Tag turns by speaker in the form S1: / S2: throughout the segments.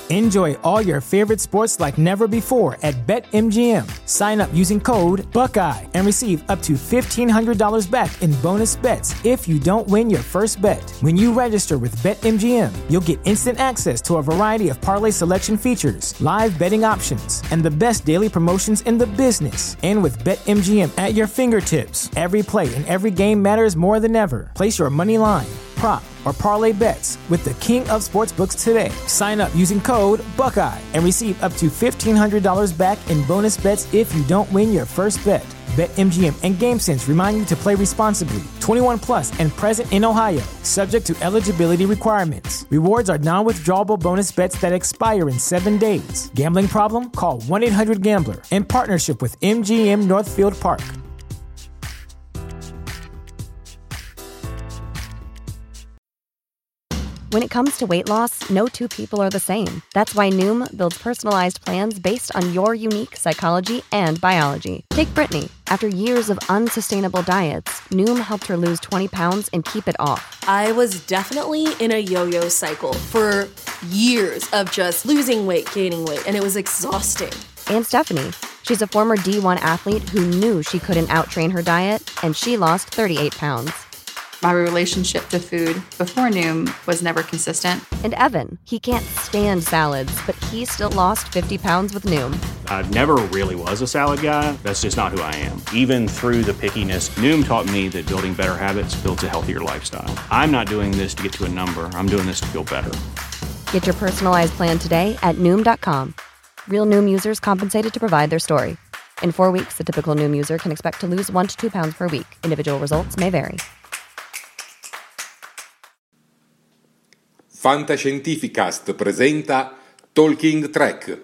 S1: Enjoy all your favorite sports like never before at BetMGM. Sign up using code Buckeye and receive up to $1,500 back in bonus bets if you don't win your first bet. When you register with BetMGM, you'll get instant access to a variety of parlay selection features, live betting options, and the best daily promotions in the business. And with BetMGM at your fingertips, every play and every game matters more than ever. Place your money line, prop, or parlay bets with the king of sportsbooks today. Sign up using code Buckeye and receive up to $1,500 back in bonus bets if you don't win your first bet. BetMGM and GameSense remind you to play responsibly. 21 plus and present in Ohio, subject to eligibility requirements. Rewards are non-withdrawable bonus bets that expire in 7 days. Gambling problem? Call 1-800-GAMBLER. In partnership with MGM Northfield Park.
S2: When it comes to weight loss, no two people are the same. That's why Noom builds personalized plans based on your unique psychology and biology. Take Brittany. After years of unsustainable diets, Noom helped her lose 20 pounds and keep it off.
S3: I was definitely in a yo-yo cycle for years of just losing weight, gaining weight, and it was exhausting.
S2: And Stephanie. She's a former D1 athlete who knew she couldn't outtrain her diet, and she lost 38 pounds.
S4: My relationship to food before Noom was never consistent.
S2: And Evan, he can't stand salads, but he still lost 50 pounds with Noom.
S5: I never really was a salad guy. That's just not who I am. Even through the pickiness, Noom taught me that building better habits builds a healthier lifestyle. I'm not doing this to get to a number. I'm doing this to feel better.
S2: Get your personalized plan today at Noom.com. Real Noom users compensated to provide their story. In 4 weeks, the typical Noom user can expect to lose 1 to 2 pounds per week. Individual results may vary.
S6: Fantascientificast presenta Talking Trek.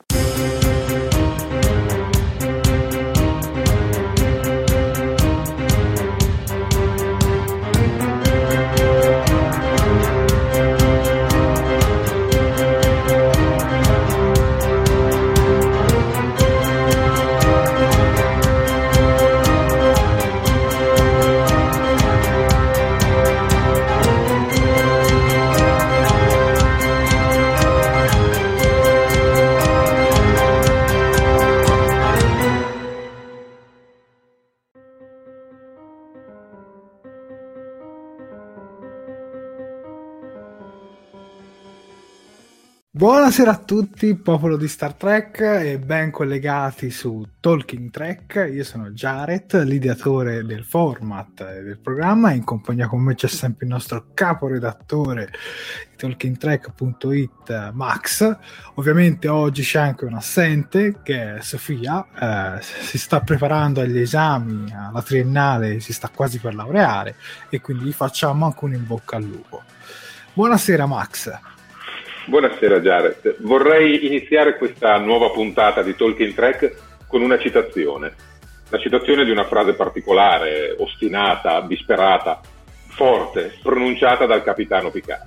S7: Buonasera a tutti, popolo di Star Trek, e ben collegati su Talking Trek. Io sono Jared, l'ideatore del format e del programma, e in compagnia con me c'è sempre il nostro caporedattore di TalkingTrek.it, Max. Ovviamente oggi c'è anche un assente, che è Sofia, si sta preparando agli esami, alla triennale, si sta quasi per laureare, e quindi gli facciamo anche un in bocca al lupo. Buonasera Max.
S8: Buonasera Jared, vorrei iniziare questa nuova puntata di Talking Trek con una citazione. La citazione di una frase particolare, ostinata, disperata, forte, pronunciata dal capitano Picard.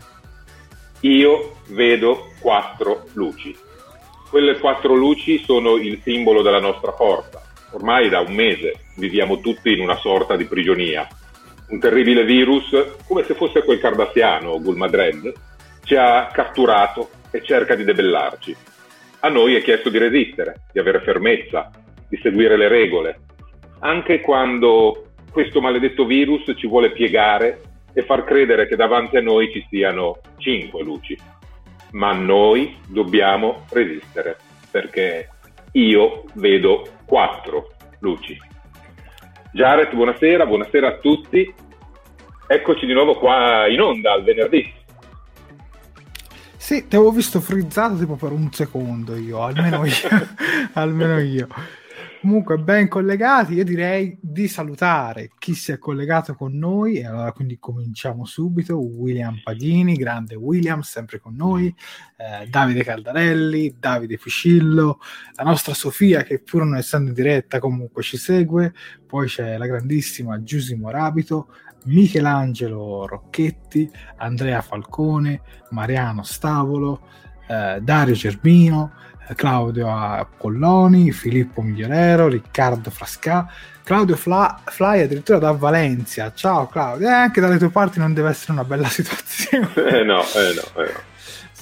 S8: Io vedo 4 luci. Quelle 4 luci sono il simbolo della nostra forza. Ormai da un mese viviamo tutti in una sorta di prigionia. Un terribile virus, come se fosse quel cardassiano, Gulmadred, ci ha catturato e cerca di debellarci. A noi è chiesto di resistere, di avere fermezza, di seguire le regole, anche quando questo maledetto virus ci vuole piegare e far credere che davanti a noi ci siano 5 luci. Ma noi dobbiamo resistere, perché io vedo 4 luci. Jared, buonasera a tutti. Eccoci di nuovo qua in onda al venerdì.
S7: Sì, ti avevo visto frizzato tipo per un secondo io, almeno io. Comunque ben collegati, io direi di salutare chi si è collegato con noi, e allora quindi cominciamo subito. William Paghini, grande William, sempre con noi, Davide Caldarelli, Davide Piscillo, la nostra Sofia, che pur non essendo in diretta comunque ci segue, poi c'è la grandissima Giusy Morabito, Michelangelo Rocchetti, Andrea Falcone, Mariano Stavolo, Dario Gerbino, Claudio Polloni, Filippo Migliorero, Riccardo Frasca, Claudio Fly addirittura da Valencia. Ciao Claudio, anche dalle tue parti non deve essere una bella situazione.
S8: No.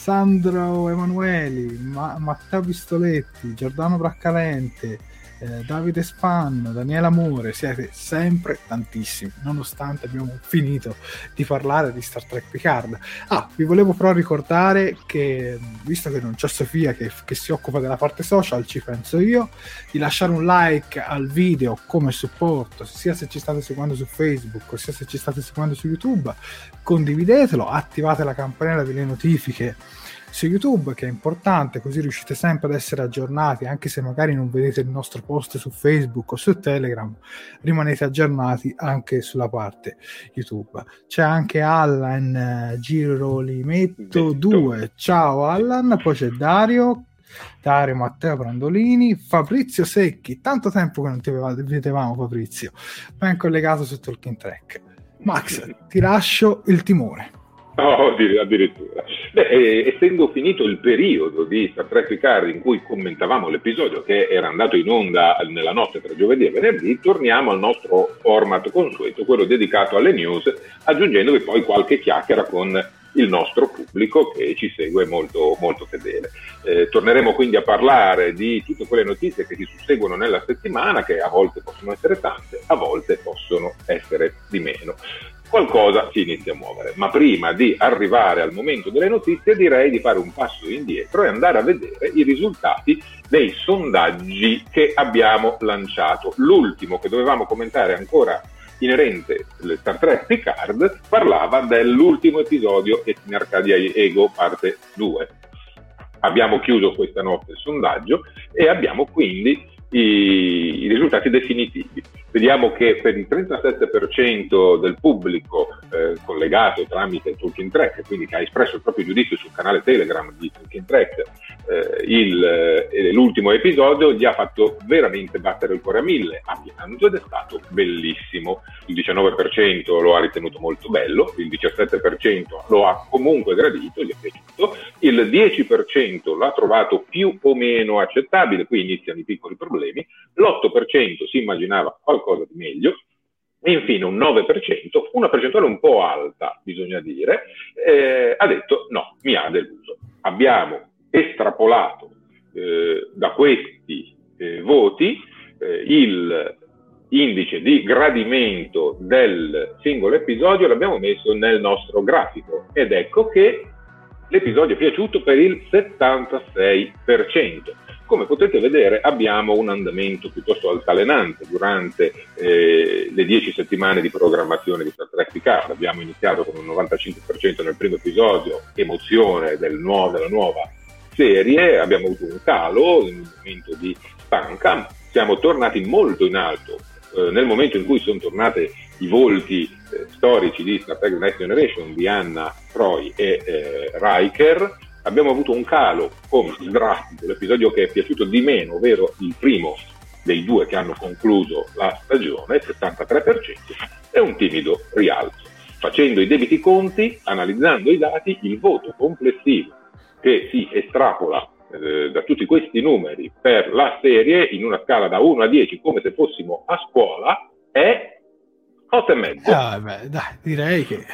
S7: Sandro Emanueli, Matteo Pistoletti, Giordano Braccalente, Davide Span, Daniele Amore, siete sempre tantissimi, nonostante abbiamo finito di parlare di Star Trek Picard. Vi volevo però ricordare che, visto che non c'è Sofia che si occupa della parte social, ci penso io, di lasciare un like al video come supporto, sia se ci state seguendo su Facebook, sia se ci state seguendo su YouTube. Condividetelo, attivate la campanella delle notifiche su YouTube, che è importante, così riuscite sempre ad essere aggiornati, anche se magari non vedete il nostro post su Facebook o su Telegram, rimanete aggiornati anche sulla parte YouTube. C'è anche Allan Girolimetto 2, ciao Allan, poi c'è Dario Matteo Brandolini, Fabrizio Secchi, tanto tempo che non ti vedevamo Fabrizio, ben collegato su Talking Trek. Max, ti lascio il timone.
S8: Addirittura. Essendo finito il periodo di Star Trek Picard in cui commentavamo l'episodio che era andato in onda nella notte tra giovedì e venerdì, torniamo al nostro format consueto, quello dedicato alle news, aggiungendovi poi qualche chiacchiera con il nostro pubblico che ci segue molto, molto fedele. Torneremo quindi a parlare di tutte quelle notizie che si susseguono nella settimana, che a volte possono essere tante, a volte possono essere di meno. Qualcosa si inizia a muovere, ma prima di arrivare al momento delle notizie direi di fare un passo indietro e andare a vedere i risultati dei sondaggi che abbiamo lanciato. L'ultimo che dovevamo commentare ancora inerente alle Star Trek Picard parlava dell'ultimo episodio in Arcadia Ego parte 2. Abbiamo chiuso questa notte il sondaggio e abbiamo quindi i risultati definitivi. Vediamo che per il 37% del pubblico collegato tramite Talking Trek, quindi che ha espresso il proprio giudizio sul canale Telegram di Talking Trek, l'ultimo episodio gli ha fatto veramente battere il cuore a 1000, ha pianto ed è stato bellissimo. Il 19% lo ha ritenuto molto bello, il 17% lo ha comunque gradito, gli è piaciuto, il 10% l'ha trovato più o meno accettabile, qui iniziano i piccoli problemi, l'8% si immaginava qualcosa di meglio, e infine un 9%, una percentuale un po' alta, bisogna dire, ha detto no, mi ha deluso. Abbiamo estrapolato da questi voti il indice di gradimento del singolo episodio, l'abbiamo messo nel nostro grafico ed ecco che l'episodio è piaciuto per il 76%. Come potete vedere abbiamo un andamento piuttosto altalenante durante le 10 settimane di programmazione di Star Trek Picard. Abbiamo iniziato con un 95% nel primo episodio, emozione della nuova serie, abbiamo avuto un calo in un momento di stanca, siamo tornati molto in alto nel momento in cui sono tornate i volti storici di Star Trek Next Generation di Anna, Troy e Riker. Abbiamo avuto un calo come drastico, l'episodio che è piaciuto di meno, ovvero il primo dei due che hanno concluso la stagione, il 73%, e un timido rialzo. Facendo i debiti conti, analizzando i dati, il voto complessivo che si estrapola da tutti questi numeri per la serie in una scala da 1 a 10, come se fossimo a scuola, è 8,5.
S7: Dai, direi che...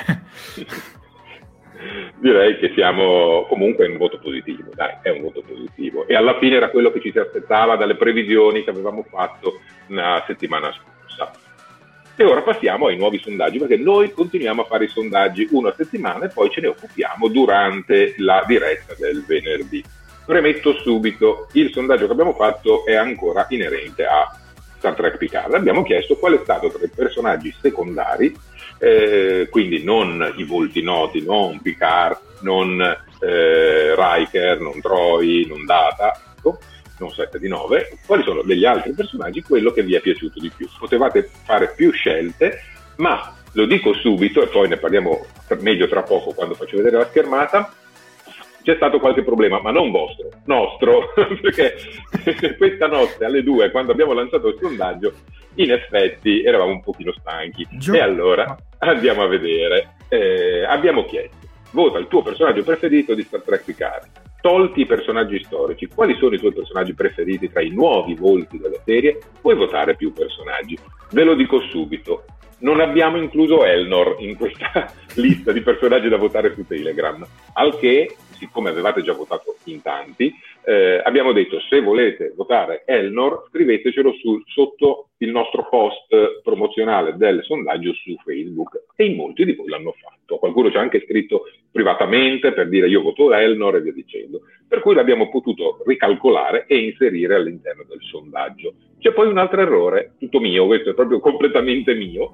S8: Direi che siamo comunque in un voto positivo, dai, è un voto positivo. E alla fine era quello che ci si aspettava dalle previsioni che avevamo fatto la settimana scorsa. E ora passiamo ai nuovi sondaggi, perché noi continuiamo a fare i sondaggi una settimana e poi ce ne occupiamo durante la diretta del venerdì. Premetto subito, il sondaggio che abbiamo fatto è ancora inerente a Star Trek Picard. Abbiamo chiesto qual è stato tra i personaggi secondari, quindi non i volti noti, non Picard, non Riker, non Troy, non Data, non 7 di 9, quali sono degli altri personaggi quello che vi è piaciuto di più. Potevate fare più scelte, ma lo dico subito e poi ne parliamo meglio tra poco quando faccio vedere la schermata. C'è stato qualche problema, ma non vostro, nostro, perché questa notte alle 2, quando abbiamo lanciato il sondaggio, in effetti eravamo un pochino stanchi. E allora andiamo a vedere. Abbiamo chiesto, vota il tuo personaggio preferito di Star Trek Picard. Tolti i personaggi storici, quali sono i tuoi personaggi preferiti tra i nuovi volti della serie? Puoi votare più personaggi. Ve lo dico subito, non abbiamo incluso Elnor in questa lista di personaggi da votare su Telegram, al che siccome avevate già votato in tanti, abbiamo detto se volete votare Elnor scrivetecelo sotto il nostro post promozionale del sondaggio su Facebook, e in molti di voi l'hanno fatto. Qualcuno ci ha anche scritto privatamente per dire io voto Elnor e via dicendo, per cui l'abbiamo potuto ricalcolare e inserire all'interno del sondaggio. C'è poi un altro errore, tutto mio, questo è proprio completamente mio.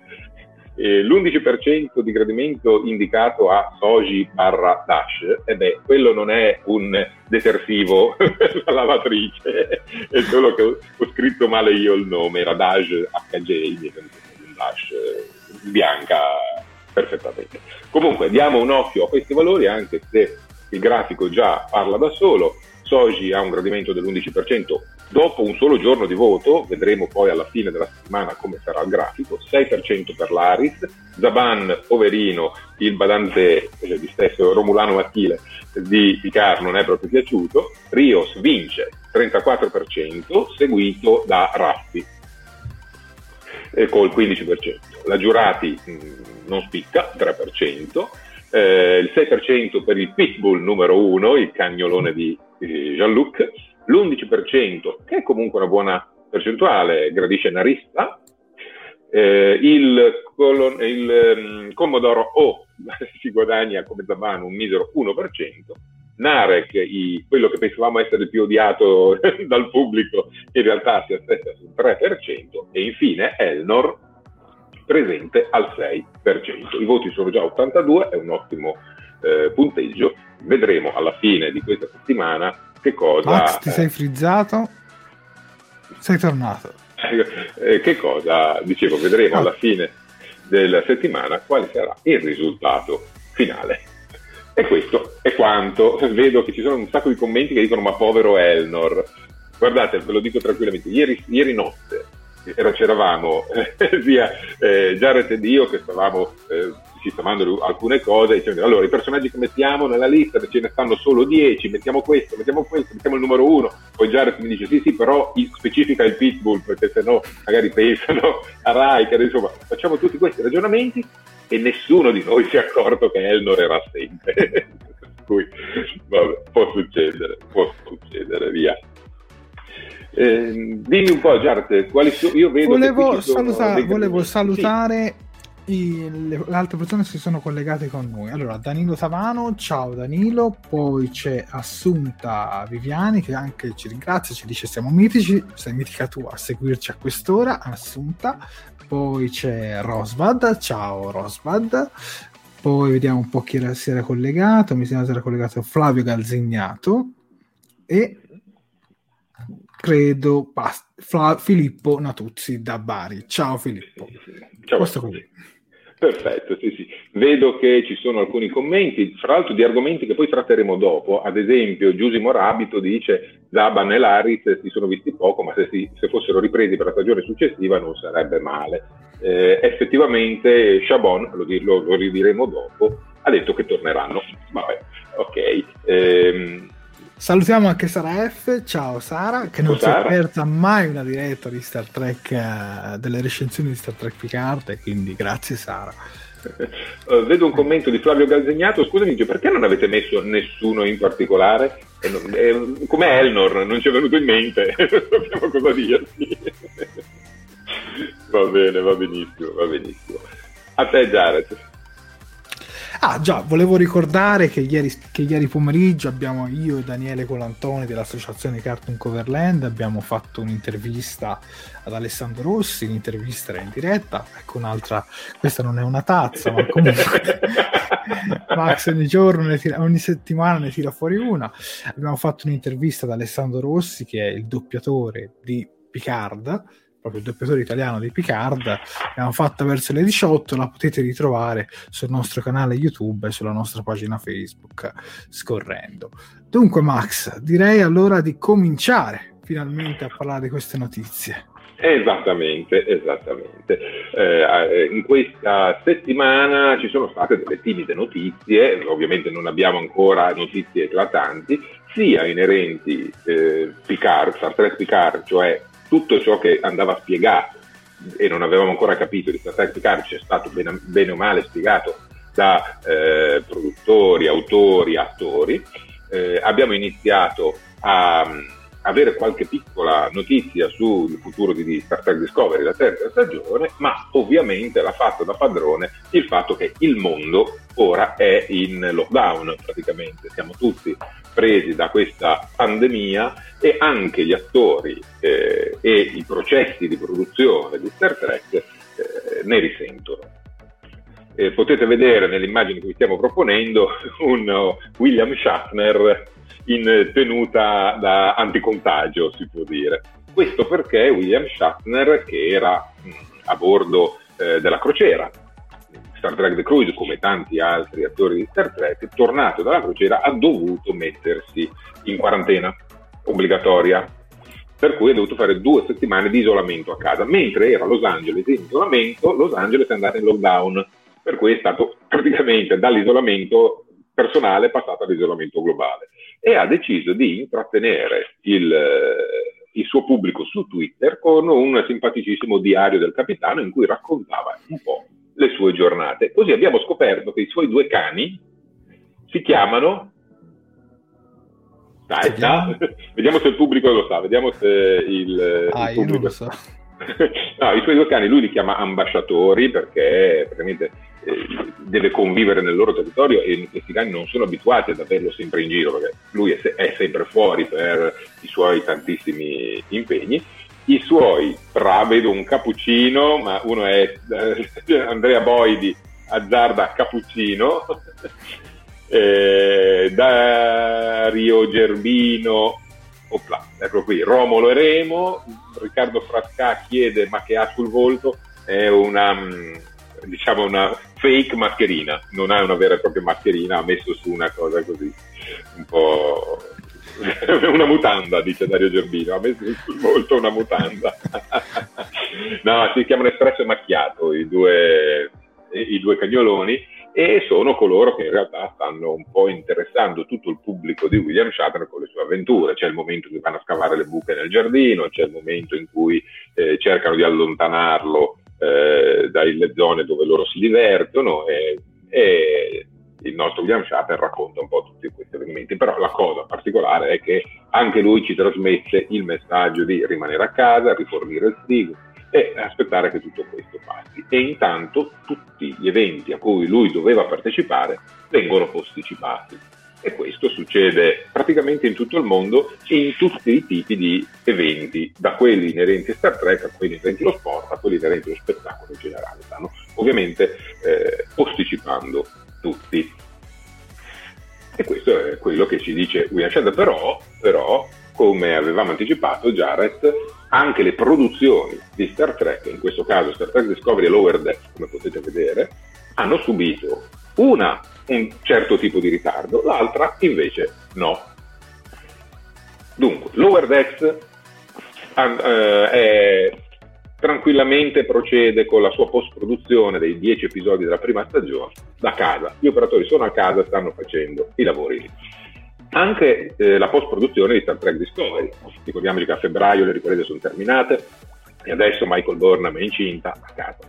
S8: L'11% di gradimento indicato a Soji/Dash, quello non è un detersivo per la lavatrice, è solo che ho scritto male io il nome, era Dash HJ, mi è venuto un Dash bianca perfettamente. Comunque diamo un occhio a questi valori, anche se il grafico già parla da solo. Soji ha un gradimento dell'11% dopo un solo giorno di voto, vedremo poi alla fine della settimana come sarà il grafico. 6% per l'Aris, Zaban, poverino, il badante di stesso Romulano Achille di Picard non è proprio piaciuto. Rios vince 34%, seguito da Raffi col 15%. La Giurati non spicca, 3%. Il 6% per il Pitbull numero 1, il cagnolone di Jean-Luc, l'11%, che è comunque una buona percentuale, gradisce Narista, il Commodoro O si guadagna come Zaban un misero 1%, Narek, quello che pensavamo essere il più odiato dal pubblico, in realtà si attesta sul 3%, e infine Elnor presente al 6%. I voti sono già 82, è un ottimo punteggio. Vedremo alla fine di questa settimana che cosa...
S7: Max, ti sei frizzato? Sei tornato.
S8: Che cosa? Dicevo, vedremo alla fine della settimana quale sarà il risultato finale. E questo è quanto. Vedo che ci sono un sacco di commenti che dicono ma povero Elnor. Guardate, ve lo dico tranquillamente, ieri notte c'eravamo sia Jared ed io che stavamo sistemando alcune cose, dicendo allora i personaggi che mettiamo nella lista ce ne stanno solo 10, mettiamo il numero 1, poi Jared mi dice sì però specifica il Pitbull perché sennò magari pensano a Riker, insomma facciamo tutti questi ragionamenti e nessuno di noi si è accorto che Elnor era assente. Per cui vabbè, può succedere, via. Dimmi un po', Jared, quali sono? Io vedo
S7: volevo salutare le altre persone che si sono collegate con noi. Allora, Danilo Tavano, ciao Danilo. Poi c'è Assunta Viviani che anche ci ringrazia, ci dice siamo mitici, sei mitica tu a seguirci a quest'ora, Assunta. Poi c'è Rosvad, ciao Rosvad. Poi vediamo un po' chi si era collegato. Mi sembra che era collegato Flavio Galzignato e credo Filippo Natuzzi da Bari. Ciao Filippo.
S8: Ciao. Questo così. Perfetto, sì. Vedo che ci sono alcuni commenti, fra l'altro di argomenti che poi tratteremo dopo. Ad esempio Giusy Morabito dice Zaban e Laris si sono visti poco, ma se fossero ripresi per la stagione successiva non sarebbe male. Effettivamente Chabon, lo ridiremo dopo, ha detto che torneranno. Vabbè, ok.
S7: Salutiamo anche Sara F, ciao Sara, che non si è persa mai una diretta di Star Trek, delle recensioni di Star Trek Picard, quindi grazie Sara.
S8: Vedo un commento di Flavio Galzegnato, scusami, perché non avete messo nessuno in particolare? Come Elnor, non ci è venuto in mente, non sappiamo cosa dirti. Va bene, va benissimo. A te Jared.
S7: Volevo ricordare che ieri pomeriggio io e Daniele Colantoni dell'associazione Cartoon Coverland abbiamo fatto un'intervista ad Alessandro Rossi. L'intervista era in diretta, ecco un'altra, questa non è una tazza ma comunque Max ogni settimana ne tira fuori una. Abbiamo fatto un'intervista ad Alessandro Rossi, che è il doppiatore di Picard, proprio il doppiatore italiano di Picard. L'abbiamo fatta verso le 18, la potete ritrovare sul nostro canale YouTube e sulla nostra pagina Facebook scorrendo. Dunque Max, direi allora di cominciare finalmente a parlare di queste notizie.
S8: Esattamente. In questa settimana ci sono state delle timide notizie, ovviamente non abbiamo ancora notizie eclatanti, sia inerenti Picard, Star Trek Picard, cioè tutto ciò che andava spiegato e non avevamo ancora capito di Star Trek Picard ci è stato bene o male spiegato da produttori, autori, attori, abbiamo iniziato a avere qualche piccola notizia sul futuro di Star Trek Discovery, la terza stagione, ma ovviamente l'ha fatto da padrone il fatto che il mondo ora è in lockdown praticamente, siamo tutti presi da questa pandemia e anche gli attori e i processi di produzione di Star Trek ne risentono. Potete vedere nelle immagini che vi stiamo proponendo un William Shatner in tenuta da anticontagio, si può dire. Questo perché William Shatner, che era a bordo della crociera Star Trek The Cruise, come tanti altri attori di Star Trek, tornato dalla crociera ha dovuto mettersi in quarantena obbligatoria, per cui ha dovuto fare 2 settimane di isolamento a casa. Mentre era a Los Angeles in isolamento, Los Angeles è andata in lockdown, per cui è stato praticamente dall'isolamento personale passato all'isolamento globale, e ha deciso di intrattenere il suo pubblico su Twitter con un simpaticissimo diario del capitano in cui raccontava un po' le sue giornate. Così abbiamo scoperto che i suoi 2 cani si chiamano... Vediamo se il pubblico lo sa, vediamo se il pubblico...
S7: Io non lo so.
S8: No, i suoi 2 cani lui li chiama ambasciatori perché praticamente deve convivere nel loro territorio e questi cani non sono abituati ad averlo sempre in giro perché lui è sempre fuori per i suoi tantissimi impegni. I suoi, vedo un cappuccino, ma uno è Andrea Boidi, azzarda cappuccino, Dario Gerbino, ecco qui, Romolo e Remo. Riccardo Frasca chiede ma che ha sul volto, è una fake mascherina, non è una vera e propria mascherina, ha messo su una cosa così un po' una mutanda, dice Dario Gerbino, ha messo sul volto una mutanda. No, si chiamano Espresso e Macchiato i due cagnoloni, e sono coloro che in realtà stanno un po' interessando tutto il pubblico di William Shatner con le sue avventure. C'è il momento in cui vanno a scavare le buche nel giardino, c'è il momento in cui cercano di allontanarlo dalle zone dove loro si divertono, e il nostro William Shatner racconta un po' tutti questi avvenimenti. Però la cosa particolare è che anche lui ci trasmette il messaggio di rimanere a casa, rifornire il frigo e aspettare che tutto questo passi. E intanto tutti gli eventi a cui lui doveva partecipare vengono posticipati, e questo succede praticamente in tutto il mondo, in tutti i tipi di eventi, da quelli inerenti a Star Trek a quelli inerenti allo sport, a quelli inerenti allo spettacolo in generale. Stanno ovviamente posticipando tutti, e questo è quello che ci dice William Shatner. Però come avevamo anticipato, Jarrett, anche le produzioni di Star Trek, in questo caso Star Trek Discovery e Lower Decks, come potete vedere, hanno subito un certo tipo di ritardo, l'altra invece no. Dunque, Lower Decks tranquillamente procede con la sua post-produzione dei 10 episodi della prima stagione da casa. Gli operatori sono a casa, stanno facendo i lavori lì. Anche la post-produzione di Star Trek Discovery, ricordiamoci che a febbraio le riprese sono terminate e adesso Michael Burnham è incinta a casa.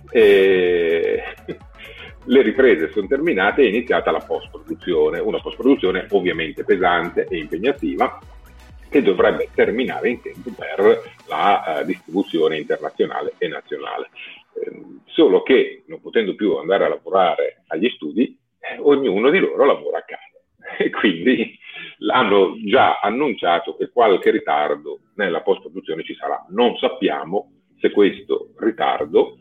S8: Le riprese sono terminate e è iniziata la post-produzione, una post-produzione ovviamente pesante e impegnativa, che dovrebbe terminare in tempo per la distribuzione internazionale e nazionale. Solo che, non potendo più andare a lavorare agli studi, ognuno di loro lavora a casa. E quindi hanno già annunciato che qualche ritardo nella post-produzione ci sarà. Non sappiamo se questo ritardo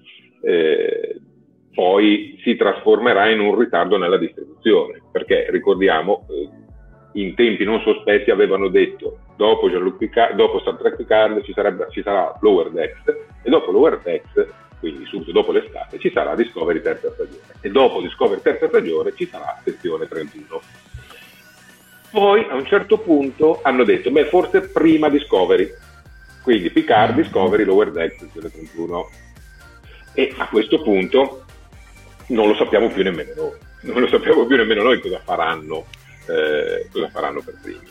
S8: poi si trasformerà in un ritardo nella distribuzione, perché ricordiamo, in tempi non sospetti avevano detto dopo Star Trek Picard ci sarà Lower Decks, e dopo Lower Decks, quindi subito dopo l'estate, ci sarà Discovery terza stagione, e dopo Discovery terza stagione ci sarà sezione 31. Poi a un certo punto hanno detto forse prima Discovery, quindi Picard, Discovery, Lower Decks, sezione 31, e a questo punto non lo sappiamo più nemmeno noi cosa faranno per primi.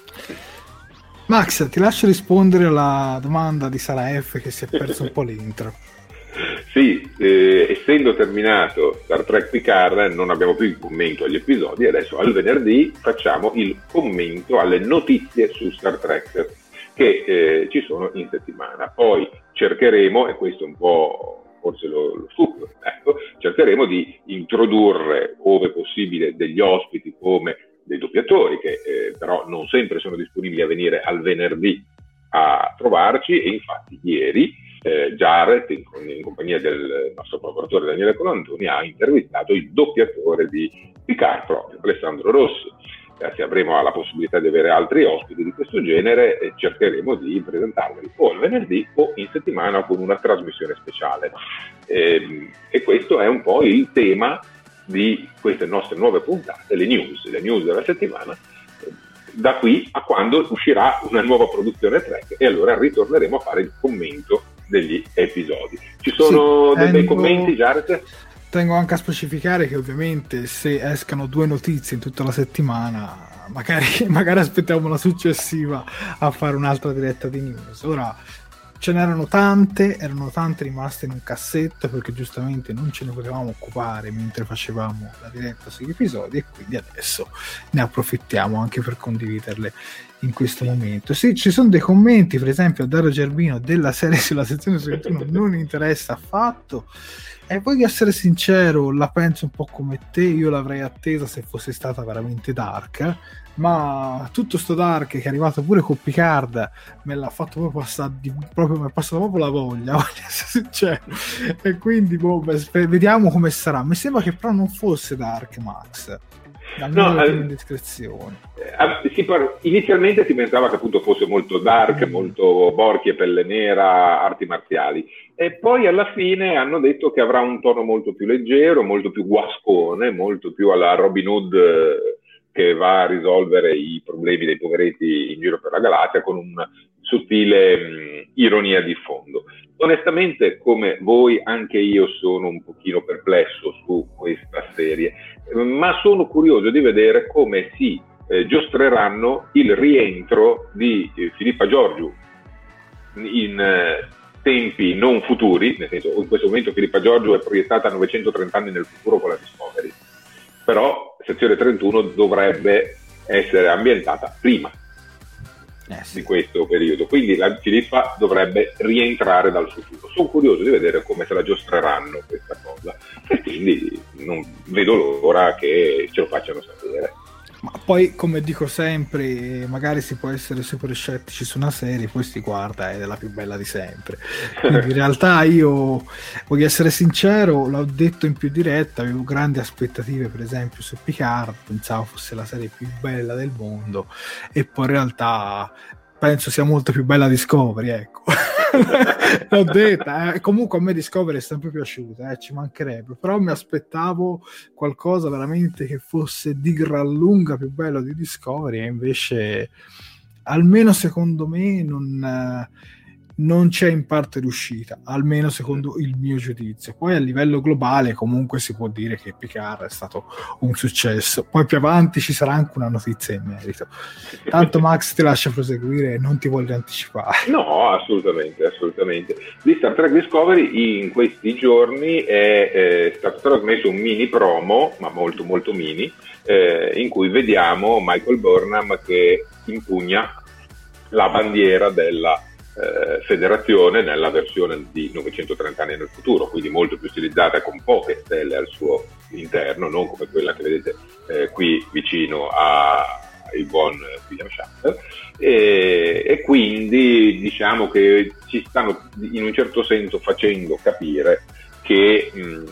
S7: Max, ti lascio rispondere alla domanda di Sara F, che si è perso un po' l'intro.
S8: Sì, essendo terminato Star Trek Picard non abbiamo più il commento agli episodi, adesso al venerdì facciamo il commento alle notizie su Star Trek che ci sono in settimana. Poi cercheremo, e questo è un po' forse lo scoop, ecco, cercheremo di introdurre, ove possibile, degli ospiti come dei doppiatori che però non sempre sono disponibili a venire al venerdì a trovarci, e infatti ieri Jared, in compagnia del nostro procuratore Daniele Colantoni, ha intervistato il doppiatore di Picard proprio, Alessandro Rossi. Se avremo la possibilità di avere altri ospiti di questo genere, cercheremo di presentarveli o il venerdì o in settimana con una trasmissione speciale. E questo è un po' il tema di queste nostre nuove puntate, le news della settimana, da qui a quando uscirà una nuova produzione Trek, e allora ritorneremo a fare il commento degli episodi. Ci sono dei commenti, Jared?
S7: Tengo anche a specificare che ovviamente se escano 2 notizie in tutta la settimana, magari aspettiamo la successiva a fare un'altra diretta di news. Ora ce n'erano tante rimaste in un cassetto perché giustamente non ce ne potevamo occupare mentre facevamo la diretta sugli episodi, e quindi adesso ne approfittiamo anche per condividerle in questo momento. Sì, ci sono dei commenti, per esempio a Dario Gerbino della serie sulla sezione 21 non interessa affatto, e voglio essere sincero, la penso un po' come te, io l'avrei attesa se fosse stata veramente dark, ma tutto sto dark che è arrivato pure con Picard me l'ha fatto proprio passare, mi è passata proprio la voglia, voglio essere sincero, e quindi vediamo come sarà. Mi sembra che però non fosse dark, Max, almeno indiscrezione.
S8: Inizialmente si pensava che appunto fosse molto dark, molto Borchi e pelle nera, arti marziali, e poi alla fine hanno detto che avrà un tono molto più leggero, molto più guascone, molto più alla Robin Hood, che va a risolvere i problemi dei poveretti in giro per la galassia con una sottile ironia di fondo. Onestamente, come voi, anche io sono un pochino perplesso su questa serie, ma sono curioso di vedere come si giostreranno il rientro di Filippa Georgiou in tempi non futuri, nel senso, in questo momento Filippa Georgiou è proiettata a 930 anni nel futuro con la Discovery, però sezione 31 dovrebbe essere ambientata prima di questo periodo, quindi la Filippa dovrebbe rientrare dal futuro. Sono curioso di vedere come se la giostreranno questa cosa, e quindi non vedo l'ora che ce lo facciano sapere.
S7: Ma poi, come dico sempre, magari si può essere super scettici su una serie, poi si guarda ed è la più bella di sempre. Quindi in realtà io voglio essere sincero, l'ho detto in più diretta, avevo grandi aspettative per esempio su Picard, pensavo fosse la serie più bella del mondo, e poi in realtà penso sia molto più bella Discovery, ecco. L'ho detta, comunque a me Discovery è sempre piaciuta, ci mancherebbe, però mi aspettavo qualcosa veramente che fosse di gran lunga più bello di Discovery, e invece almeno secondo me non c'è in parte riuscita, almeno secondo il mio giudizio. Poi a livello globale comunque si può dire che Picard è stato un successo, poi più avanti ci sarà anche una notizia in merito. Tanto Max ti lascia proseguire, non ti voglio anticipare.
S8: No, assolutamente. Di Star Trek Discovery in questi giorni è stato trasmesso un mini promo, ma molto molto mini, in cui vediamo Michael Burnham che impugna la bandiera della federazione nella versione di 930 anni nel futuro, quindi molto più stilizzata, con poche stelle al suo interno, non come quella che vedete qui vicino a il buon William Shatner, e quindi diciamo che ci stanno in un certo senso facendo capire che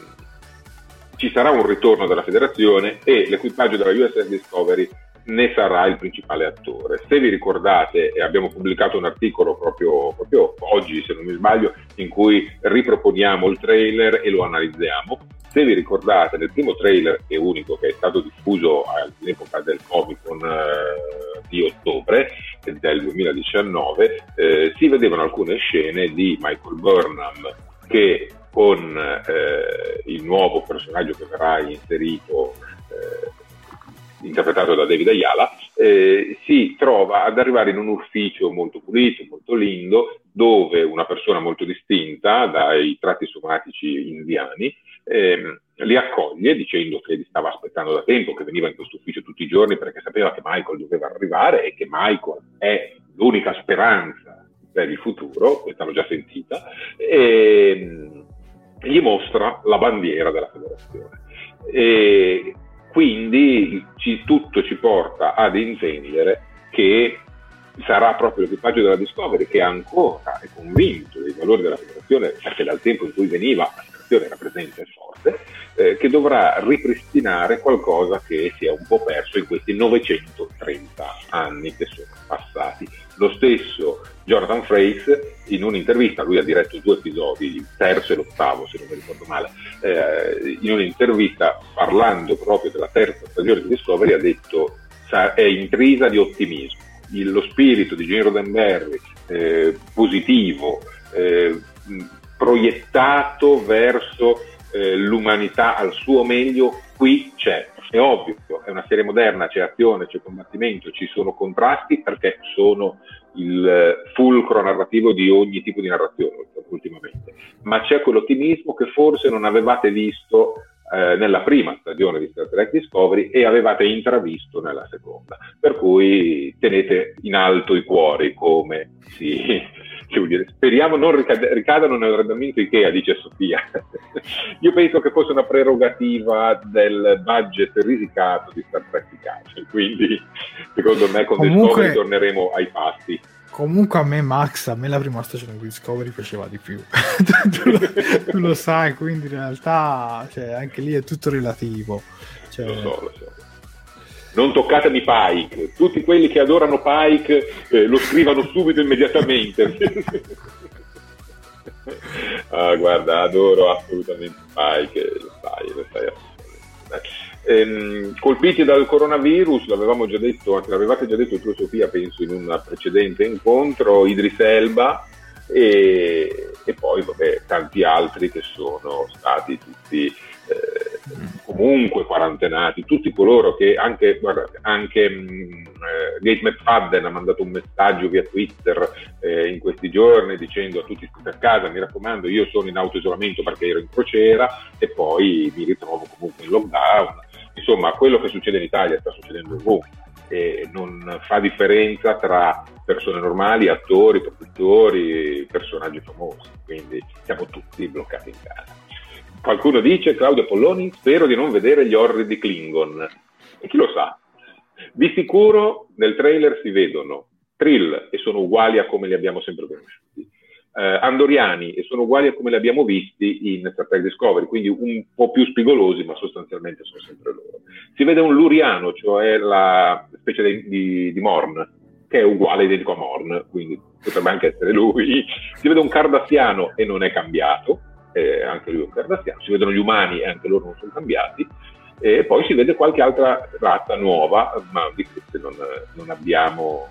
S8: ci sarà un ritorno della federazione, e l'equipaggio della USS Discovery ne sarà il principale attore. Se vi ricordate, abbiamo pubblicato un articolo proprio oggi, se non mi sbaglio, in cui riproponiamo il trailer e lo analizziamo. Se vi ricordate, nel primo trailer, e unico, che è stato diffuso all'epoca del Comic-Con di ottobre del 2019, si vedevano alcune scene di Michael Burnham che con il nuovo personaggio che verrà inserito, interpretato da David Ayala, si trova ad arrivare in un ufficio molto pulito, molto lindo, dove una persona molto distinta dai tratti somatici indiani li accoglie dicendo che li stava aspettando da tempo, che veniva in questo ufficio tutti i giorni perché sapeva che Michael doveva arrivare e che Michael è l'unica speranza per il futuro, questa l'ho già sentita, e gli mostra la bandiera della federazione. E quindi tutto ci porta ad intendere che sarà proprio l'equipaggio della Discovery, che ancora è convinto dei valori della federazione, perché dal tempo in cui veniva la federazione era presente e forte, che dovrà ripristinare qualcosa che si è un po' perso in questi 930 anni che sono passati. Lo stesso Jonathan Frakes, in un'intervista, lui ha diretto 2 episodi, il terzo e l'8º se non mi ricordo male, in un'intervista parlando proprio della terza stagione di Discovery ha detto è intrisa di ottimismo, lo spirito di Gene Roddenberry positivo, proiettato verso l'umanità al suo meglio, qui c'è. È ovvio, è una serie moderna, c'è azione, c'è combattimento, ci sono contrasti perché sono il fulcro narrativo di ogni tipo di narrazione ultimamente, ma c'è quell'ottimismo che forse non avevate visto nella prima stagione di Star Trek Discovery e avevate intravisto nella seconda, per cui tenete in alto i cuori, come speriamo non ricadano nell'arredamento Ikea, dice Sofia. Io penso che fosse una prerogativa del budget risicato di Star Trek Italia, quindi secondo me con Discovery torneremo ai pasti.
S7: Comunque a me la prima stagione di Discovery piaceva di più. tu lo sai, quindi in realtà anche lì è tutto relativo.
S8: Lo so. Non toccatemi Pike, tutti quelli che adorano Pike lo scrivano subito immediatamente. Guarda, adoro assolutamente Pike, lo sai assolutamente. Colpiti dal coronavirus, l'avevamo già detto, anche l'avevate già detto tu Sofia, penso in un precedente incontro, Idris Elba e poi tanti altri che sono stati tutti comunque quarantenati, tutti coloro che anche Gates McFadden ha mandato un messaggio via Twitter in questi giorni dicendo a tutti state a casa, mi raccomando, io sono in autoisolamento perché ero in crociera e poi mi ritrovo comunque in lockdown. Insomma, quello che succede in Italia sta succedendo ovunque e non fa differenza tra persone normali, attori, produttori, personaggi famosi, quindi siamo tutti bloccati in casa. Qualcuno dice, Claudio Polloni, spero di non vedere gli orridi Klingon. E chi lo sa? Di sicuro nel trailer si vedono Trill e sono uguali a come li abbiamo sempre conosciuti, andoriani e sono uguali a come li abbiamo visti in Star Trek Discovery, quindi un po' più spigolosi, ma sostanzialmente sono sempre loro. Si vede un Luriano, cioè la specie di Morn, che è uguale, identico a Morn, quindi potrebbe anche essere lui. Si vede un Cardassiano e non è cambiato, anche lui è un Cardassiano. Si vedono gli umani e anche loro non sono cambiati. E poi si vede qualche altra razza nuova, ma di queste non abbiamo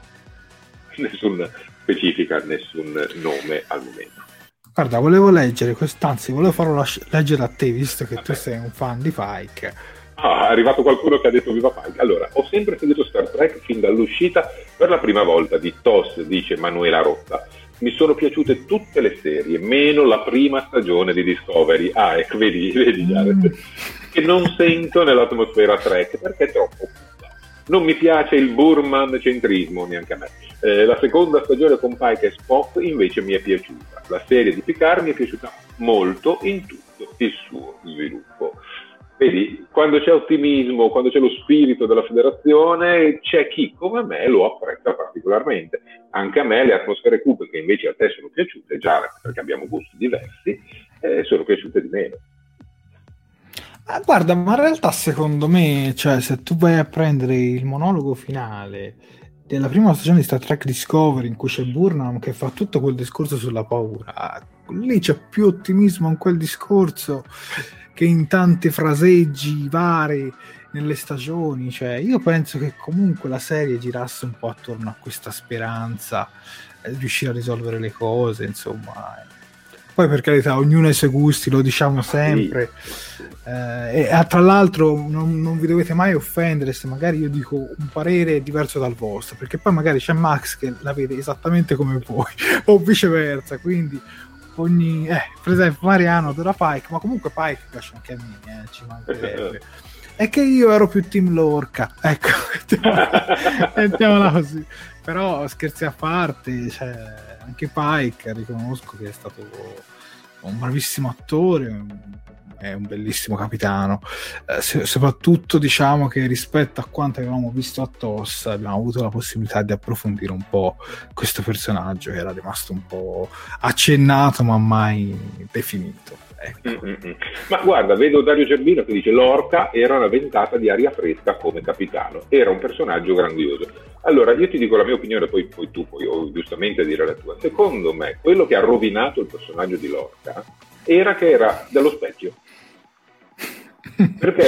S8: specifica nessun nome al momento.
S7: Guarda, volevo leggere quest'anzi, volevo farlo leggere a te, visto che tu sei un fan di Pike.
S8: È arrivato qualcuno che ha detto viva Pike. Allora, ho sempre seguito Star Trek fin dall'uscita per la prima volta di TOS, dice Manuela Rotta. Mi sono piaciute tutte le serie, meno la prima stagione di Discovery. Ecco, vedi Jared, che non sento nell'atmosfera Trek perché è troppo. Non mi piace il Burman centrismo, neanche a me. La seconda stagione con Pike e Spock invece mi è piaciuta. La serie di Picard mi è piaciuta molto in tutto il suo sviluppo. Vedi, quando c'è ottimismo, quando c'è lo spirito della federazione, c'è chi come me lo apprezza particolarmente. Anche a me le atmosfere cupe, che invece a te sono piaciute, già perché abbiamo gusti diversi, sono piaciute di meno.
S7: Guarda, ma in realtà secondo me, cioè, se tu vai a prendere il monologo finale della prima stagione di Star Trek Discovery, in cui c'è Burnham che fa tutto quel discorso sulla paura, lì c'è più ottimismo in quel discorso che in tanti fraseggi vari nelle stagioni. Cioè, io penso che comunque la serie girasse un po' attorno a questa speranza, riuscire a risolvere le cose, insomma. Poi per carità, ognuno ha i suoi gusti, lo diciamo sempre. E tra l'altro non vi dovete mai offendere se magari io dico un parere diverso dal vostro, perché poi magari c'è Max che la vede esattamente come voi o viceversa, quindi per esempio Mariano adora Pike, ma comunque Pike piace anche a me, ci mancherebbe. È che io ero più team Lorca, ecco, mettiamola così. Però scherzi a parte, cioè, anche Pike riconosco che è stato un bravissimo attore, è un bellissimo capitano, soprattutto diciamo che rispetto a quanto avevamo visto a TOS abbiamo avuto la possibilità di approfondire un po' questo personaggio che era rimasto un po' accennato ma mai definito. Ecco.
S8: Ma guarda, vedo Dario Gerbino che dice Lorca era una ventata di aria fresca come capitano, era un personaggio grandioso. Allora io ti dico la mia opinione, poi tu puoi giustamente dire la tua. Secondo me quello che ha rovinato il personaggio di Lorca era che era dallo specchio, perché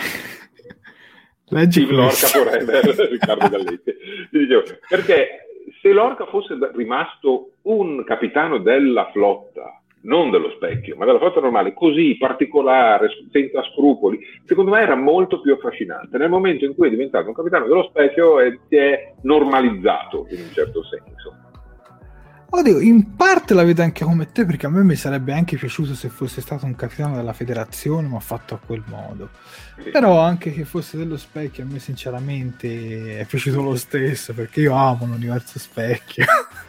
S7: leggi
S8: Lorca forever Riccardo Galletti, ti dicevo, perché se Lorca fosse rimasto un capitano della flotta, non dello specchio, ma della flotta normale, così particolare, senza scrupoli, secondo me era molto più affascinante. Nel momento in cui è diventato un capitano dello specchio si è normalizzato in un certo senso.
S7: Oddio, in parte la vedo anche come te, perché a me mi sarebbe anche piaciuto se fosse stato un capitano della federazione, ma fatto a quel modo. Sì. Però anche che fosse dello specchio, a me sinceramente è piaciuto lo stesso, perché io amo l'universo specchio.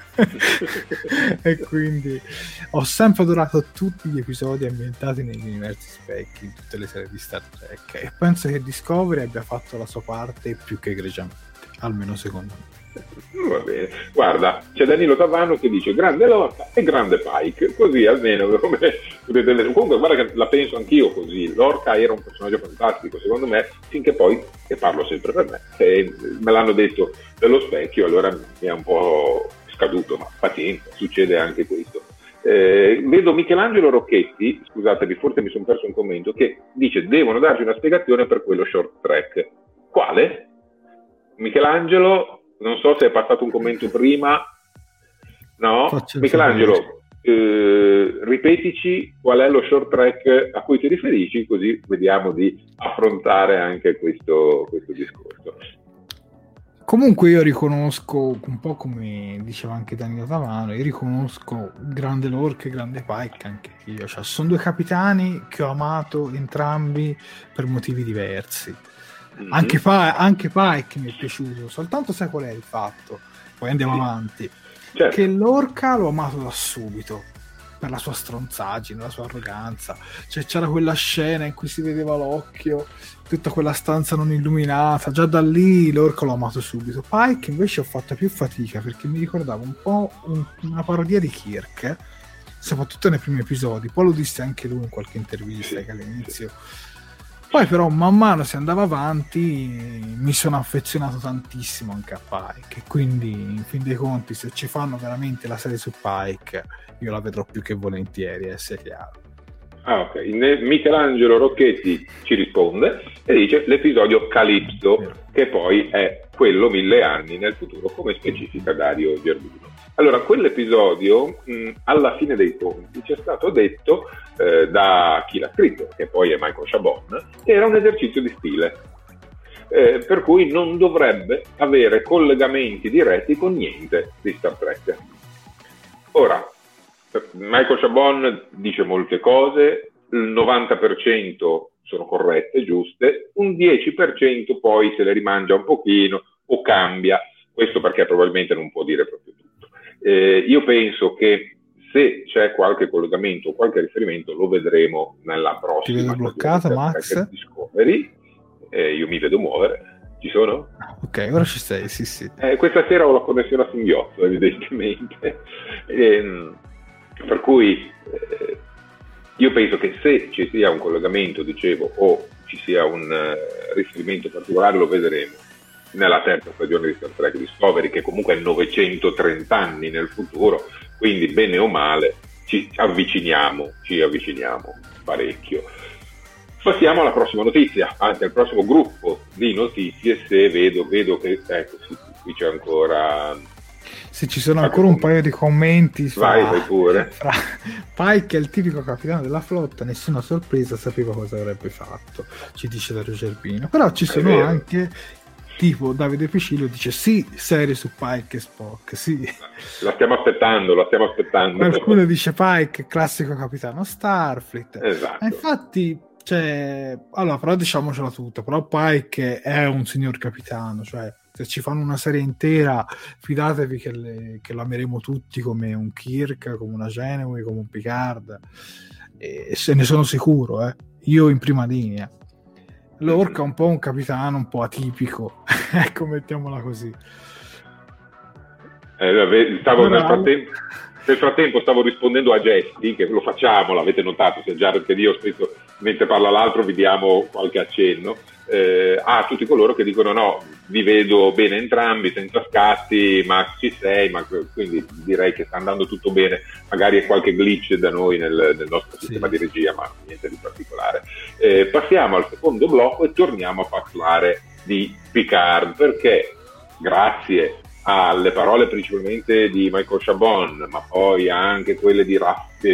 S7: E quindi ho sempre adorato tutti gli episodi ambientati negli universi specchi in tutte le serie di Star Trek, e penso che Discovery abbia fatto la sua parte più che egregiamente, almeno secondo me.
S8: Va bene, guarda, c'è Danilo Tavano che dice grande Lorca e grande Pike, così almeno come comunque guarda che la penso anch'io così. Lorca era un personaggio fantastico secondo me, finché poi, e parlo sempre per me, se me l'hanno detto dello specchio allora mi è un po' scaduto, ma pazienza, succede anche questo. Vedo Michelangelo Rocchetti, scusatemi, forse mi sono perso un commento, che dice devono darci una spiegazione per quello short track. Quale? Michelangelo, non so se è passato un commento prima. No? Michelangelo, ripetici qual è lo short track a cui ti riferisci, così vediamo di affrontare anche questo discorso.
S7: Comunque io riconosco, un po' come diceva anche Danilo Tavano, io riconosco grande Lorca e grande Pike anche io, cioè sono due capitani che ho amato entrambi per motivi diversi. Anche Pike mi è piaciuto, soltanto sai qual è il fatto, poi andiamo avanti, certo. Che Lorca l'ho amato da subito per la sua stronzaggine, la sua arroganza, cioè c'era quella scena in cui si vedeva l'occhio, tutta quella stanza non illuminata, già da lì Lorca l'ho amato subito. Pike invece ho fatto più fatica perché mi ricordava un po' una parodia di Kirk, soprattutto nei primi episodi, poi lo disse anche lui in qualche intervista che all'inizio. Poi però man mano si andava avanti, mi sono affezionato tantissimo anche a Pike, e quindi in fin dei conti se ci fanno veramente la serie su Pike io la vedrò più che volentieri, sia chiaro.
S8: Ok, Michelangelo Rocchetti ci risponde e dice l'episodio Calypso, che poi è quello 1000 anni nel futuro, come specifica Dario Gerbino. Allora, quell'episodio, alla fine dei conti, ci è stato detto da chi l'ha scritto, che poi è Michael Chabon, che era un esercizio di stile, per cui non dovrebbe avere collegamenti diretti con niente di Star Trek. Ora, Michael Chabon dice molte cose, il 90% sono corrette, giuste, un 10% poi se le rimangia un pochino o cambia, questo perché probabilmente non può dire proprio tutto. Io penso che se c'è qualche collegamento o qualche riferimento lo vedremo nella prossima.
S7: Ti vedo bloccato, Max?
S8: Discovery. Io mi vedo muovere. Ci sono?
S7: Ok, ora ci sei, sì.
S8: Questa sera ho la connessione a singhiozzo, evidentemente. Per cui io penso che se ci sia un collegamento, dicevo, o ci sia un riferimento particolare, lo vedremo nella terza stagione di Star Trek Discovery, che comunque è 930 anni nel futuro, quindi bene o male ci avviciniamo parecchio. Passiamo alla prossima notizia, anzi al prossimo gruppo di notizie, se vedo che ecco sì, qui c'è ancora
S7: se ci sono ancora un paio di commenti
S8: vai pure.
S7: Fra Pike è il tipico capitano della flotta, nessuna sorpresa, sapeva cosa avrebbe fatto, ci dice Dario Cervino. Però ci sono anche tipo Davide Picillo dice sì, serie su Pike e Spock, sì.
S8: La stiamo aspettando.
S7: Qualcuno dice Pike, classico capitano Starfleet.
S8: Esatto.
S7: Infatti, allora, però diciamocela tutta, però Pike è un signor capitano, cioè se ci fanno una serie intera, fidatevi che lo ameremo tutti come un Kirk, come una Janeway, come un Picard, e se ne sono sicuro, io in prima linea. Lorca è un po' un capitano un po' atipico, ecco, mettiamola così.
S8: Nel frattempo stavo rispondendo a gesti, che lo facciamo, l'avete notato, sia già perché io spesso mentre parla l'altro vi diamo qualche accenno, a tutti coloro che dicono no, vi vedo bene entrambi, senza scatti, Max ci sei, quindi direi che sta andando tutto bene, magari è qualche glitch da noi nel nostro sistema di regia, ma niente di particolare. Passiamo al secondo blocco e torniamo a parlare di Picard, perché grazie alle parole principalmente di Michael Chabon, ma poi anche quelle di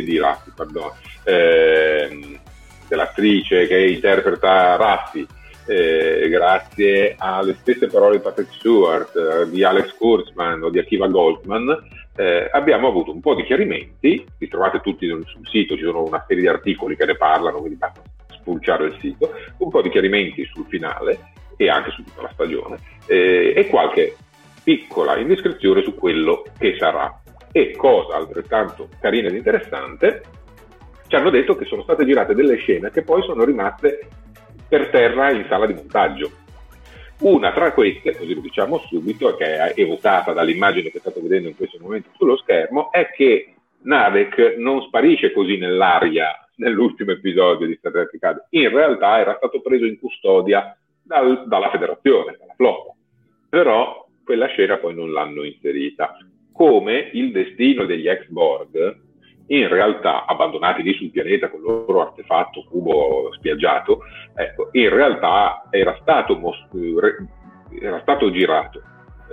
S8: dell'attrice che interpreta Raffi, grazie alle stesse parole di Patrick Stewart, di Alex Kurtzman o di Akiva Goldsman, abbiamo avuto un po' di chiarimenti, li trovate tutti sul sito, ci sono una serie di articoli che ne parlano, quindi basta spulciare il sito, un po' di chiarimenti sul finale e anche su tutta la stagione, e qualche piccola indiscrezione su quello che sarà. E cosa altrettanto carina ed interessante, ci hanno detto che sono state girate delle scene che poi sono rimaste per terra in sala di montaggio. Una tra queste, così lo diciamo subito, che è evocata dall'immagine che state vedendo in questo momento sullo schermo, è che Nadek non sparisce così nell'aria nell'ultimo episodio di Star Trek Picard. In realtà era stato preso in custodia dalla federazione, dalla flotta. Però quella scena poi non l'hanno inserita. Come il destino degli ex-Borg, in realtà abbandonati lì sul pianeta con il loro artefatto cubo spiaggiato, ecco, in realtà era stato girato.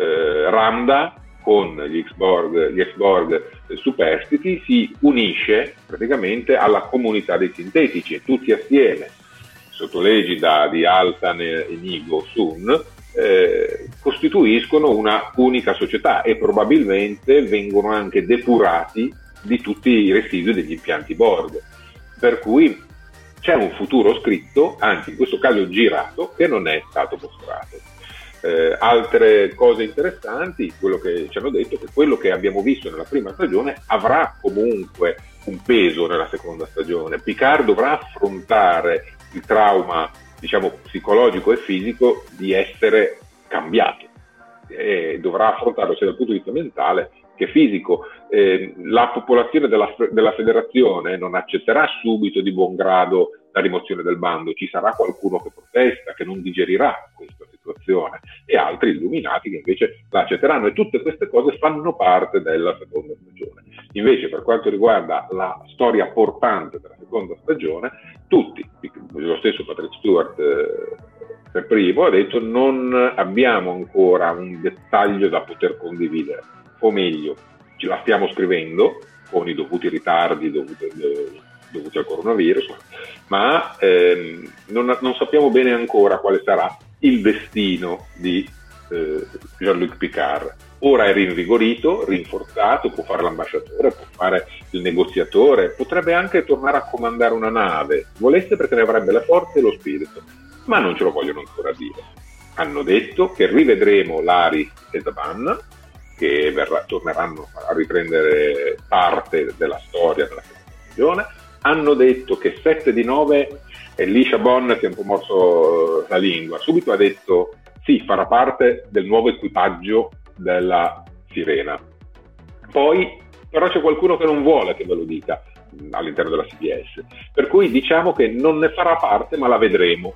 S8: Ramda con gli ex-Borg superstiti si unisce praticamente alla comunità dei sintetici e tutti assieme, sotto l'egida di Altan e Inigo Sun, costituiscono una unica società e probabilmente vengono anche depurati di tutti i residui degli impianti Borg, per cui c'è un futuro scritto, anzi in questo caso girato, che non è stato mostrato. Altre cose interessanti, quello che ci hanno detto è che quello che abbiamo visto nella prima stagione avrà comunque un peso nella seconda stagione. Picard dovrà affrontare il trauma, diciamo, psicologico e fisico di essere cambiato, e dovrà affrontarlo sia dal punto di vista mentale che fisico. La popolazione della federazione non accetterà subito di buon grado la rimozione del bando, ci sarà qualcuno che protesta, che non digerirà questa situazione, e altri illuminati che invece la accetteranno, e tutte queste cose fanno parte della seconda stagione. Invece per quanto riguarda la storia portante della seconda stagione, tutti, lo stesso Patrick Stewart per primo ha detto, non abbiamo ancora un dettaglio da poter condividere, o meglio, ce la stiamo scrivendo con i dovuti ritardi dovuti al coronavirus, ma non sappiamo bene ancora quale sarà il destino di Jean-Luc Picard. Ora è rinvigorito, rinforzato, può fare l'ambasciatore, può fare il negoziatore, potrebbe anche tornare a comandare una nave, volesse, perché ne avrebbe la forza e lo spirito, ma non ce lo vogliono ancora dire. Hanno detto che rivedremo Laris e Zhaban, che torneranno a riprendere parte della storia della seconda stagione. Hanno detto che 7 di 9, e lì Chabon si è un po' morso la lingua, subito ha detto sì, farà parte del nuovo equipaggio della Sirena. Poi però c'è qualcuno che non vuole che ve lo dica all'interno della CBS, per cui diciamo che non ne farà parte, ma la vedremo,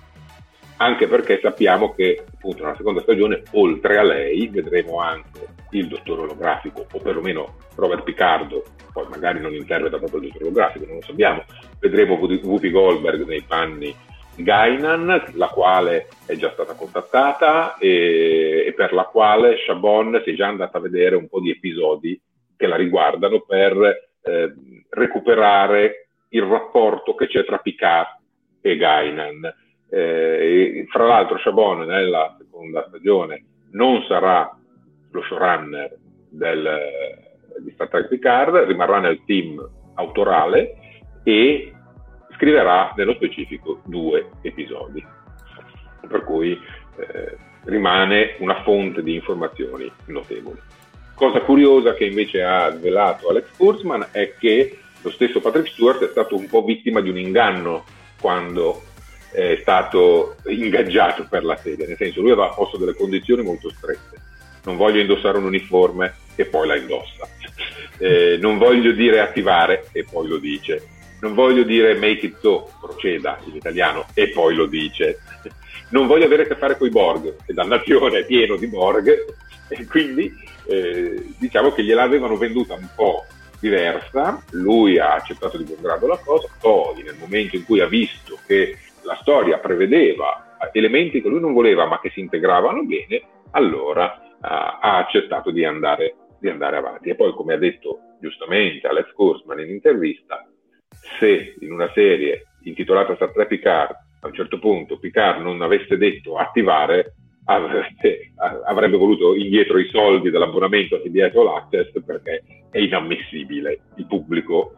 S8: anche perché sappiamo che appunto nella seconda stagione, oltre a lei, vedremo anche il dottore olografico, o perlomeno Robert Picardo, poi magari non interpreta proprio il dottore olografico, non lo sappiamo, vedremo Whoopi Goldberg nei panni Guinan, la quale è già stata contattata e per la quale Chabon si è già andata a vedere un po' di episodi che la riguardano per recuperare il rapporto che c'è tra Picard e Guinan. Fra l'altro Chabon nella seconda stagione non sarà lo showrunner di Star Trek Picard, rimarrà nel team autorale e scriverà nello specifico 2 episodi, per cui rimane una fonte di informazioni notevoli. Cosa curiosa che invece ha svelato Alex Kurtzman è che lo stesso Patrick Stewart è stato un po' vittima di un inganno quando è stato ingaggiato per la serie, nel senso lui aveva posto delle condizioni molto strette: non voglio indossare un uniforme e poi la indossa, non voglio dire attivare e poi lo dice, non voglio dire make it so, proceda in italiano, e poi lo dice, non voglio avere a che fare con i Borg, e dannazione è pieno di Borg, e quindi diciamo che gliel'avevano venduta un po' diversa. Lui ha accettato di buon grado la cosa, poi nel momento in cui ha visto che la storia prevedeva elementi che lui non voleva ma che si integravano bene, allora ha accettato di andare avanti. E poi, come ha detto giustamente Alex Kurtzman in intervista, se in una serie intitolata Star Trek Picard a un certo punto Picard non avesse detto attivare, avrebbe voluto indietro i soldi dell'abbonamento a CBS All Access, perché è inammissibile, il pubblico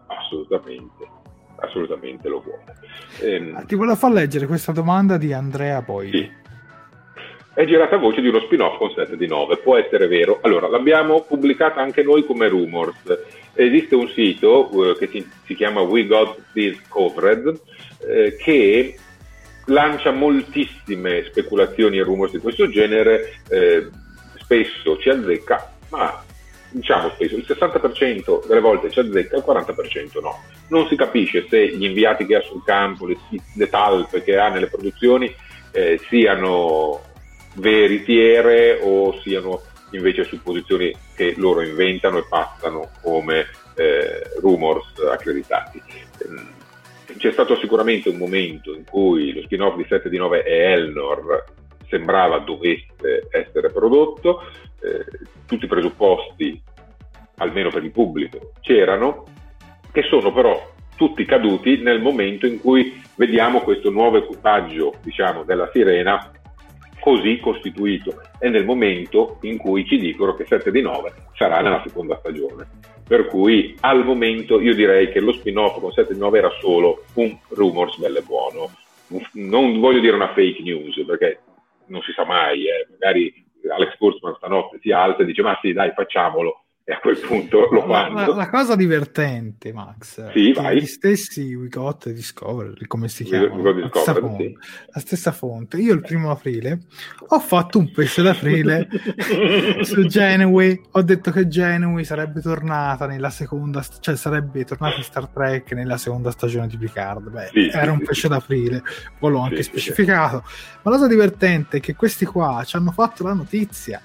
S8: assolutamente lo vuole.
S7: Ti volevo far leggere questa domanda di Andrea poi.
S8: Sì. È girata voce di uno spin-off con 7 di 9, può essere vero? Allora, l'abbiamo pubblicata anche noi come rumors. Esiste un sito che si chiama We Got This Covered, che lancia moltissime speculazioni e rumors di questo genere, spesso ci azzecca, ma diciamo spesso il 60% delle volte ci azzecca, il 40% no. Non si capisce se gli inviati che ha sul campo, le talpe che ha nelle produzioni siano veritiere o siano invece supposizioni che loro inventano e passano come rumors accreditati. C'è stato sicuramente un momento in cui lo spin-off di 7 di 9 e Elnor sembrava dovesse essere prodotto, tutti i presupposti, almeno per il pubblico, c'erano, che sono però tutti caduti nel momento in cui vediamo questo nuovo equipaggio, diciamo, della Sirena così costituito, e nel momento in cui ci dicono che 7 di 9 sarà nella seconda stagione. Per cui al momento io direi che lo spin-off con 7 di 9 era solo un rumors bello e buono. Non voglio dire una fake news, perché non si sa mai, magari Alex Kurtzman stanotte si alza e dice ma sì dai facciamolo, e a quel punto lo fanno.
S7: La cosa divertente, Max,
S8: sì,
S7: gli stessi We Got Discovery, come si chiama? La stessa fonte. Io il 1 aprile ho fatto un pesce d'aprile su Janeway, ho detto che Janeway sarebbe tornata nella seconda, cioè sarebbe tornata in Star Trek nella seconda stagione di Picard. Era un pesce d'aprile, poi l'ho anche specificato. Ma la cosa divertente è che questi qua ci hanno fatto la notizia.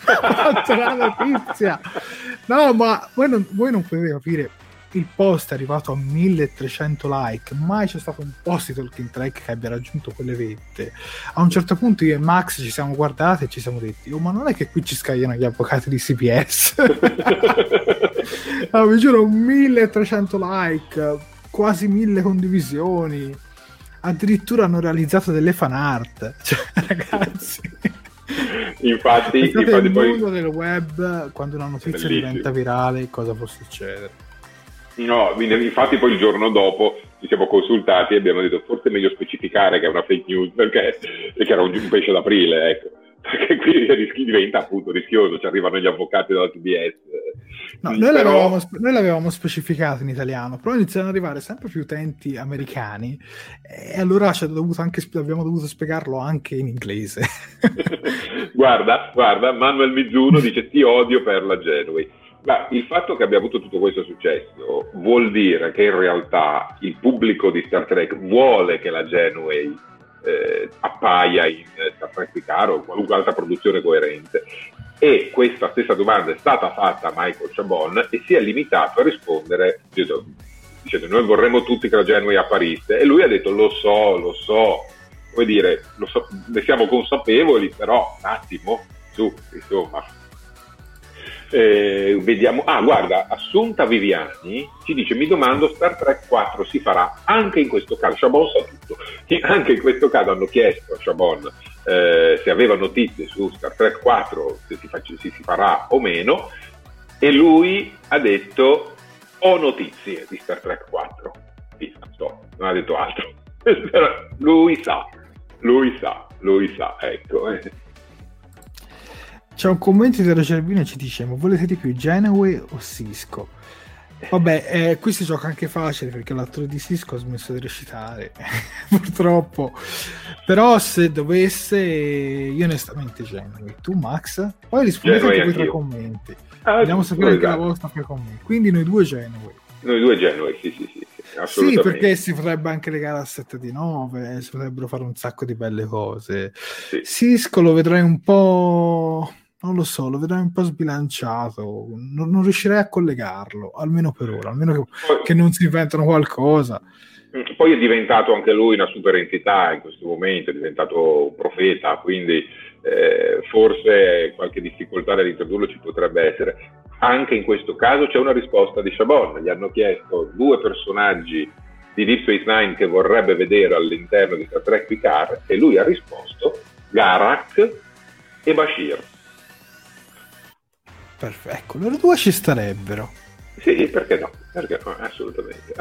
S7: No, ma voi non potete capire, il post è arrivato a 1300 like, mai c'è stato un post di Talking Trek che abbia raggiunto quelle vette. A un certo punto io e Max ci siamo guardati e ci siamo detti ma non è che qui ci scagliano gli avvocati di CBS? No, vi giuro, 1300 like, quasi 1000 condivisioni, addirittura hanno realizzato delle fan art, cioè ragazzi,
S8: infatti
S7: il
S8: poi
S7: mondo del web, quando una notizia diventa virale, cosa può succedere?
S8: No, infatti poi il giorno dopo ci siamo consultati e abbiamo detto forse è meglio specificare che è una fake news, perché era un pesce d'aprile, ecco, perché qui diventa appunto rischioso, ci arrivano gli avvocati della TBS.
S7: No, noi l'avevamo specificato in italiano, però iniziano ad arrivare sempre più utenti americani e allora abbiamo dovuto spiegarlo anche in inglese.
S8: guarda, Manuel Mizuno dice ti odio per la Janeway. Ma il fatto che abbia avuto tutto questo successo vuol dire che in realtà il pubblico di Star Trek vuole che la Janeway appaia in Star Trek Picard o qualunque altra produzione coerente, e questa stessa domanda è stata fatta a Michael Chabon e si è limitato a rispondere dicendo noi vorremmo tutti che la Janeway apparisse, e lui ha detto lo so, come dire, ne siamo consapevoli, però un attimo, su, insomma. Vediamo. Guarda, Assunta Viviani ci dice: mi domando, Star Trek 4 si farà anche in questo caso? Chabon sa tutto. Anche in questo caso hanno chiesto a Chabon se aveva notizie su Star Trek 4, se si farà o meno, e lui ha detto: ho notizie di Star Trek 4. Sì, non ha detto altro. lui sa, ecco.
S7: C'è un commento di Rogerbino e ci dice: ma volete di più Janeway o Sisko? Vabbè, qui si gioca anche facile perché l'attore di Sisko ha smesso di recitare purtroppo, però se dovesse, io onestamente Janeway. Tu Max? Poi rispondete anche voi tra i commenti, vogliamo sapere anche la vostra tra i commenti. Quindi noi due Janeway,
S8: sì, assolutamente.
S7: Sì, perché si potrebbe anche legare al 7 di 9, si potrebbero fare un sacco di belle cose. Sì. Sisko lo vedrei un po', non lo so, lo vedrei un po' sbilanciato, non riuscirei a collegarlo, almeno per ora, almeno che non si inventano qualcosa.
S8: Poi è diventato anche lui una super entità in questo momento, è diventato un profeta, quindi forse qualche difficoltà nell'introdurlo ci potrebbe essere. Anche in questo caso c'è una risposta di Chabon, gli hanno chiesto 2 personaggi di Deep Space Nine che vorrebbe vedere all'interno di Star Trek Picard e lui ha risposto Garak e Bashir.
S7: Perfetto, ecco, loro due ci starebbero.
S8: Sì, perché no, assolutamente.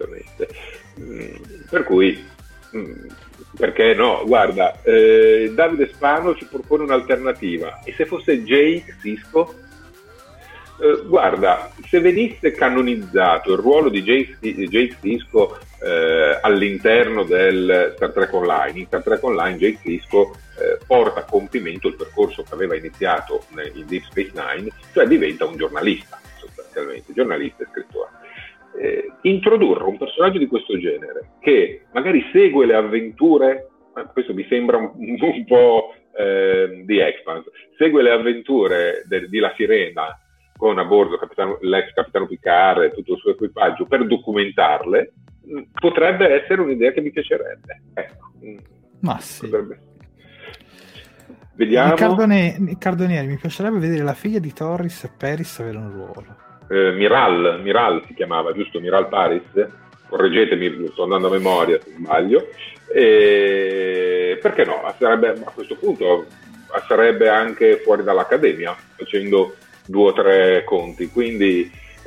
S8: Per cui, perché no? Guarda, Davide Spano ci propone un'alternativa. E se fosse Jake Sisko? Guarda, se venisse canonizzato il ruolo di Jake Sisko all'interno del Star Trek Online, in Star Trek Online Jake Sisko porta a compimento il percorso che aveva iniziato in Deep Space Nine, cioè diventa un giornalista, sostanzialmente, giornalista e scrittore. Introdurre un personaggio di questo genere che magari segue le avventure, questo mi sembra un po' di Expanse, segue le avventure di La Sirena con a bordo l'ex capitano Picard e tutto il suo equipaggio per documentarle, potrebbe essere un'idea che mi piacerebbe. Ecco.
S7: Ma sì.
S8: Vediamo.
S7: Cardonieri, mi piacerebbe vedere la figlia di Torres e Paris avere un ruolo.
S8: Miral si chiamava, giusto? Miral Paris? Correggetemi, sto andando a memoria se sbaglio. Perché no? A questo punto sarebbe anche fuori dall'Accademia, facendo 2 o 3 conti, quindi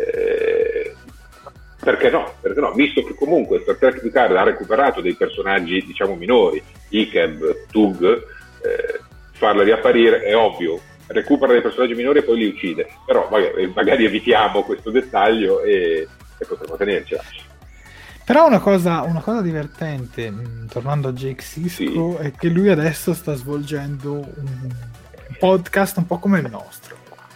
S8: perché no? Visto che comunque Star Trek Picard ha recuperato dei personaggi, diciamo, minori, Ikeb, Tug, farla riapparire è ovvio, recupera dei personaggi minori e poi li uccide, però magari evitiamo questo dettaglio e potremo tenercela.
S7: Però una cosa divertente, tornando a Jake Sisko, è che lui adesso sta svolgendo un podcast un po' come il nostro,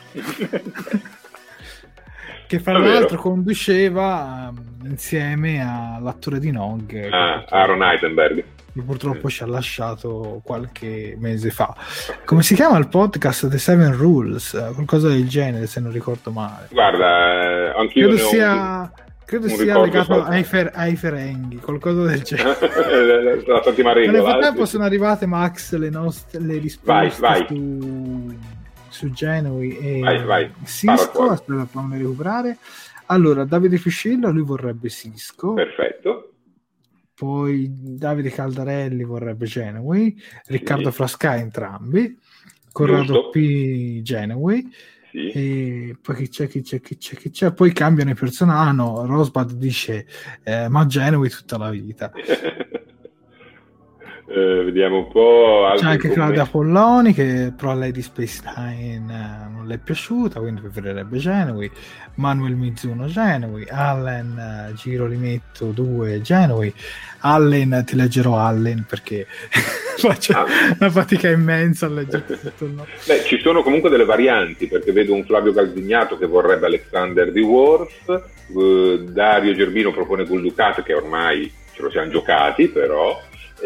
S7: che fra l'altro conduceva insieme all'attore di Nog,
S8: Aaron Eisenberg,
S7: che purtroppo ci ha lasciato qualche mese fa. Come si chiama il podcast? The Seven Rules, qualcosa del genere, se non ricordo male.
S8: Guarda, anch'io
S7: credo sia legato ai Ferenghi, qualcosa del genere.
S8: La settima regola.
S7: Nel frattempo sono arrivate, Max, le risposte su Janeway e Sisko. Aspetta, fammi recuperare. Allora, Davide Fuscilla, lui vorrebbe Sisko.
S8: Perfetto.
S7: Poi Davide Caldarelli vorrebbe Janeway, Riccardo Frasca entrambi, Corrado P Janeway. Sì. E poi chi c'è, poi cambiano i personaggi. No, Rosbad dice ma Janeway tutta la vita.
S8: Vediamo un po'.
S7: C'è anche Claudia Polloni, che però a lei di Space Nine non le è piaciuta, quindi preferirebbe Janeway. Manuel Mizuno Janeway, Allen Giro Limetto 2 Janeway. Allen, ti leggerò Allen perché faccio una fatica immensa a leggere tutto il nome.
S8: Ci sono comunque delle varianti, perché vedo un Flavio Calzignato che vorrebbe Alexander D. Worf, Dario Gerbino propone Guldukat, che ormai ce lo siamo giocati però.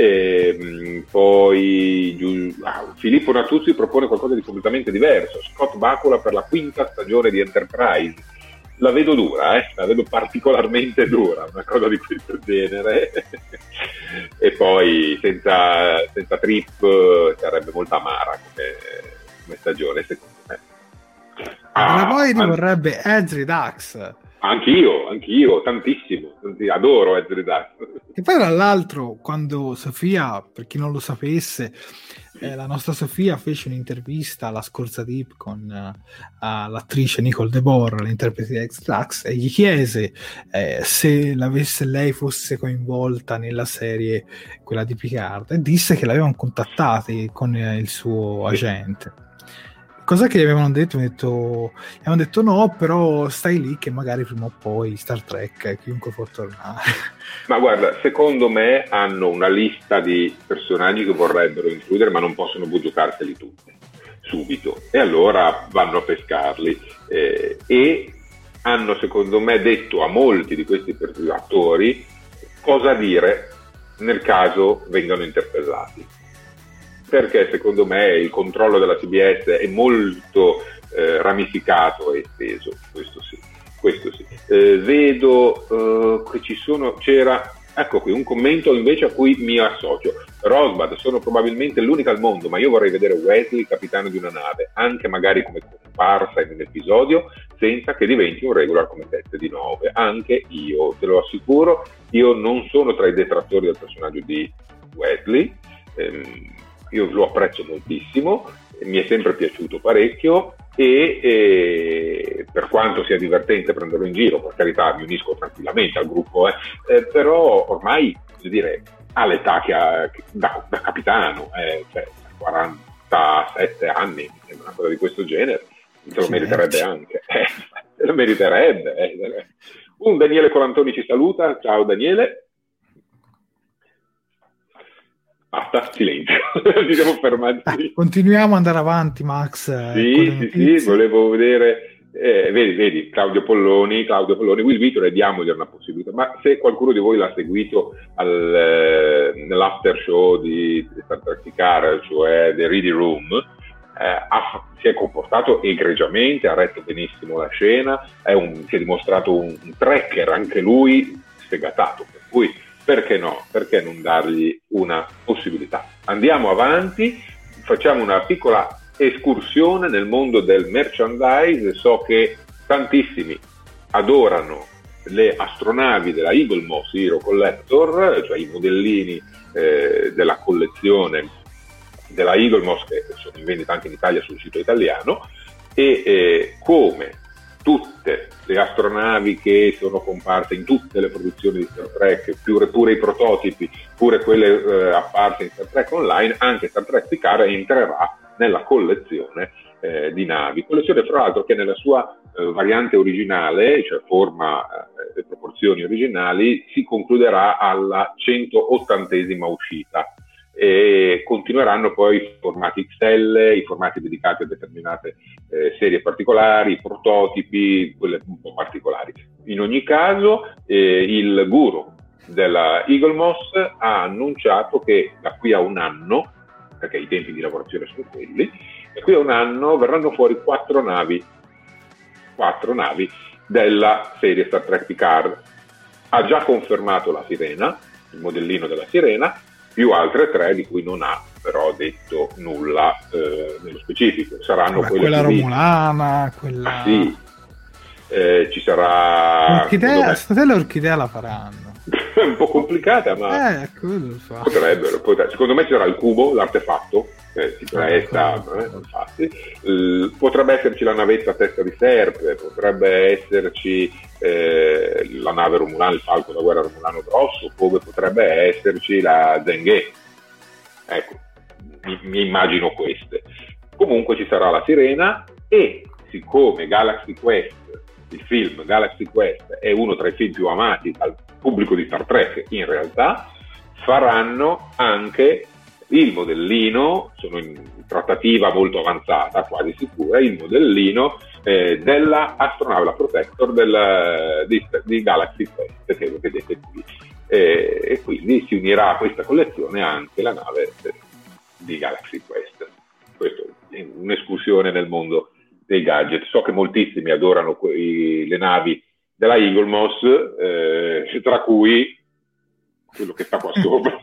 S8: Poi Filippo Natuzzi propone qualcosa di completamente diverso, Scott Bakula per la 5ª stagione di Enterprise. la vedo dura, la vedo particolarmente dura, una cosa di questo genere. E poi senza Trip sarebbe molto amara come stagione, secondo me.
S7: Poi vorrebbe Edge Redux.
S8: Anch'io, tantissimo, adoro Edge Redux.
S7: E poi tra l'altro, quando Sofia, per chi non lo sapesse, la nostra Sofia fece un'intervista alla scorsa Deep con l'attrice Nicole DeBoer, l'interprete di X-Lux, e gli chiese se lei fosse coinvolta nella serie, quella di Picard, e disse che l'avevano contattati con il suo agente. Cosa che gli avevano detto? Mi avevano detto no, però stai lì che magari prima o poi Star Trek, chiunque può tornare.
S8: Ma guarda, secondo me hanno una lista di personaggi che vorrebbero includere, ma non possono bugiucarseli tutti subito, e allora vanno a pescarli, e hanno secondo me detto a molti di questi attori cosa dire nel caso vengano interpellati, perché secondo me il controllo della CBS è molto ramificato e esteso, questo sì. Vedo che c'era ecco qui un commento invece a cui mi associo. Rosbad, sono probabilmente l'unica al mondo, ma io vorrei vedere Wesley capitano di una nave, anche magari come comparsa in un episodio, senza che diventi un regular come Teste di 9. Anche io, te lo assicuro, io non sono tra i detrattori del personaggio di Wesley, io lo apprezzo moltissimo, mi è sempre piaciuto parecchio, e per quanto sia divertente prenderlo in giro, per carità, mi unisco tranquillamente al gruppo, però ormai, voglio dire, ha l'età che ha da capitano, cioè 47 anni, una cosa di questo genere, se lo meriterebbe anche, se lo meriterebbe. Un Daniele Colantoni ci saluta, ciao Daniele. Basta, silenzio, ci siamo fermati.
S7: Continuiamo ad andare avanti, Max.
S8: Sì, volevo vedere, vedi, Claudio Polloni, Will Vitore, diamogli una possibilità, ma se qualcuno di voi l'ha seguito nell'after show di Star Trek Picard, cioè The Ready Room, si è comportato egregiamente, ha retto benissimo la scena, si è dimostrato un trekker, anche lui sfegatato, per cui perché no? Perché non dargli una possibilità? Andiamo avanti, facciamo una piccola escursione nel mondo del merchandise. So che tantissimi adorano le astronavi della Eaglemoss Hero Collector, cioè i modellini della collezione della Eaglemoss, che sono in vendita anche in Italia sul sito italiano, e come tutte le astronavi che sono comparse in tutte le produzioni di Star Trek, pure i prototipi, pure quelle apparse in Star Trek Online, anche Star Trek Picard entrerà nella collezione di navi. Collezione, fra l'altro, che nella sua variante originale, cioè forma e proporzioni originali, si concluderà alla 180esima uscita. E continueranno poi i formati XL, i formati dedicati a determinate serie particolari, i prototipi, quelle un po' particolari. In ogni caso, il guru della Eaglemoss ha annunciato che da qui a un anno, perché i tempi di lavorazione sono quelli, da qui a un anno verranno fuori 4 navi della serie Star Trek Picard. Ha già confermato la Sirena, il modellino della Sirena, più altre 3 di cui non ha però detto nulla nello specifico. Saranno
S7: quella romulana, quella...
S8: Sì, ci sarà...
S7: Orchidea, l'orchidea la faranno.
S8: È un po' complicata, ma
S7: quello fa.
S8: Potrebbero. Secondo me ci sarà il cubo, l'artefatto, si presta, infatti. Potrebbe esserci la navetta a testa di serpe, potrebbe esserci la nave romulana, il falco da guerra romulano grosso, come potrebbe esserci la Zenghé. Ecco, mi immagino queste. Comunque ci sarà la Sirena, e siccome Galaxy Quest, il film Galaxy Quest, è uno tra i film più amati dal pubblico di Star Trek, in realtà faranno anche il modellino, sono in trattativa molto avanzata, quasi sicura, il modellino della astronave, la Protector di Galaxy Quest, che lo vedete qui, e quindi si unirà a questa collezione anche la nave di Galaxy Quest. Questo è un'escursione nel mondo dei gadget. So che moltissimi adorano le navi della Eaglemoss, tra cui quello che sta qua sopra.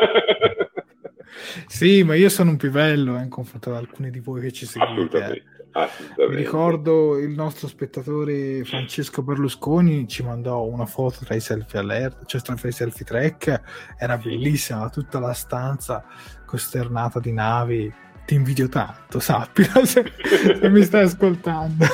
S7: Sì, ma io sono un pivello in confronto ad alcuni di voi che ci seguite.
S8: Assolutamente.
S7: Mi ricordo il nostro spettatore Francesco Berlusconi ci mandò una foto tra i selfie alert, cioè tra i selfie track, era bellissima, tutta la stanza costernata di navi. Ti invidio tanto, sappilo, se mi stai ascoltando.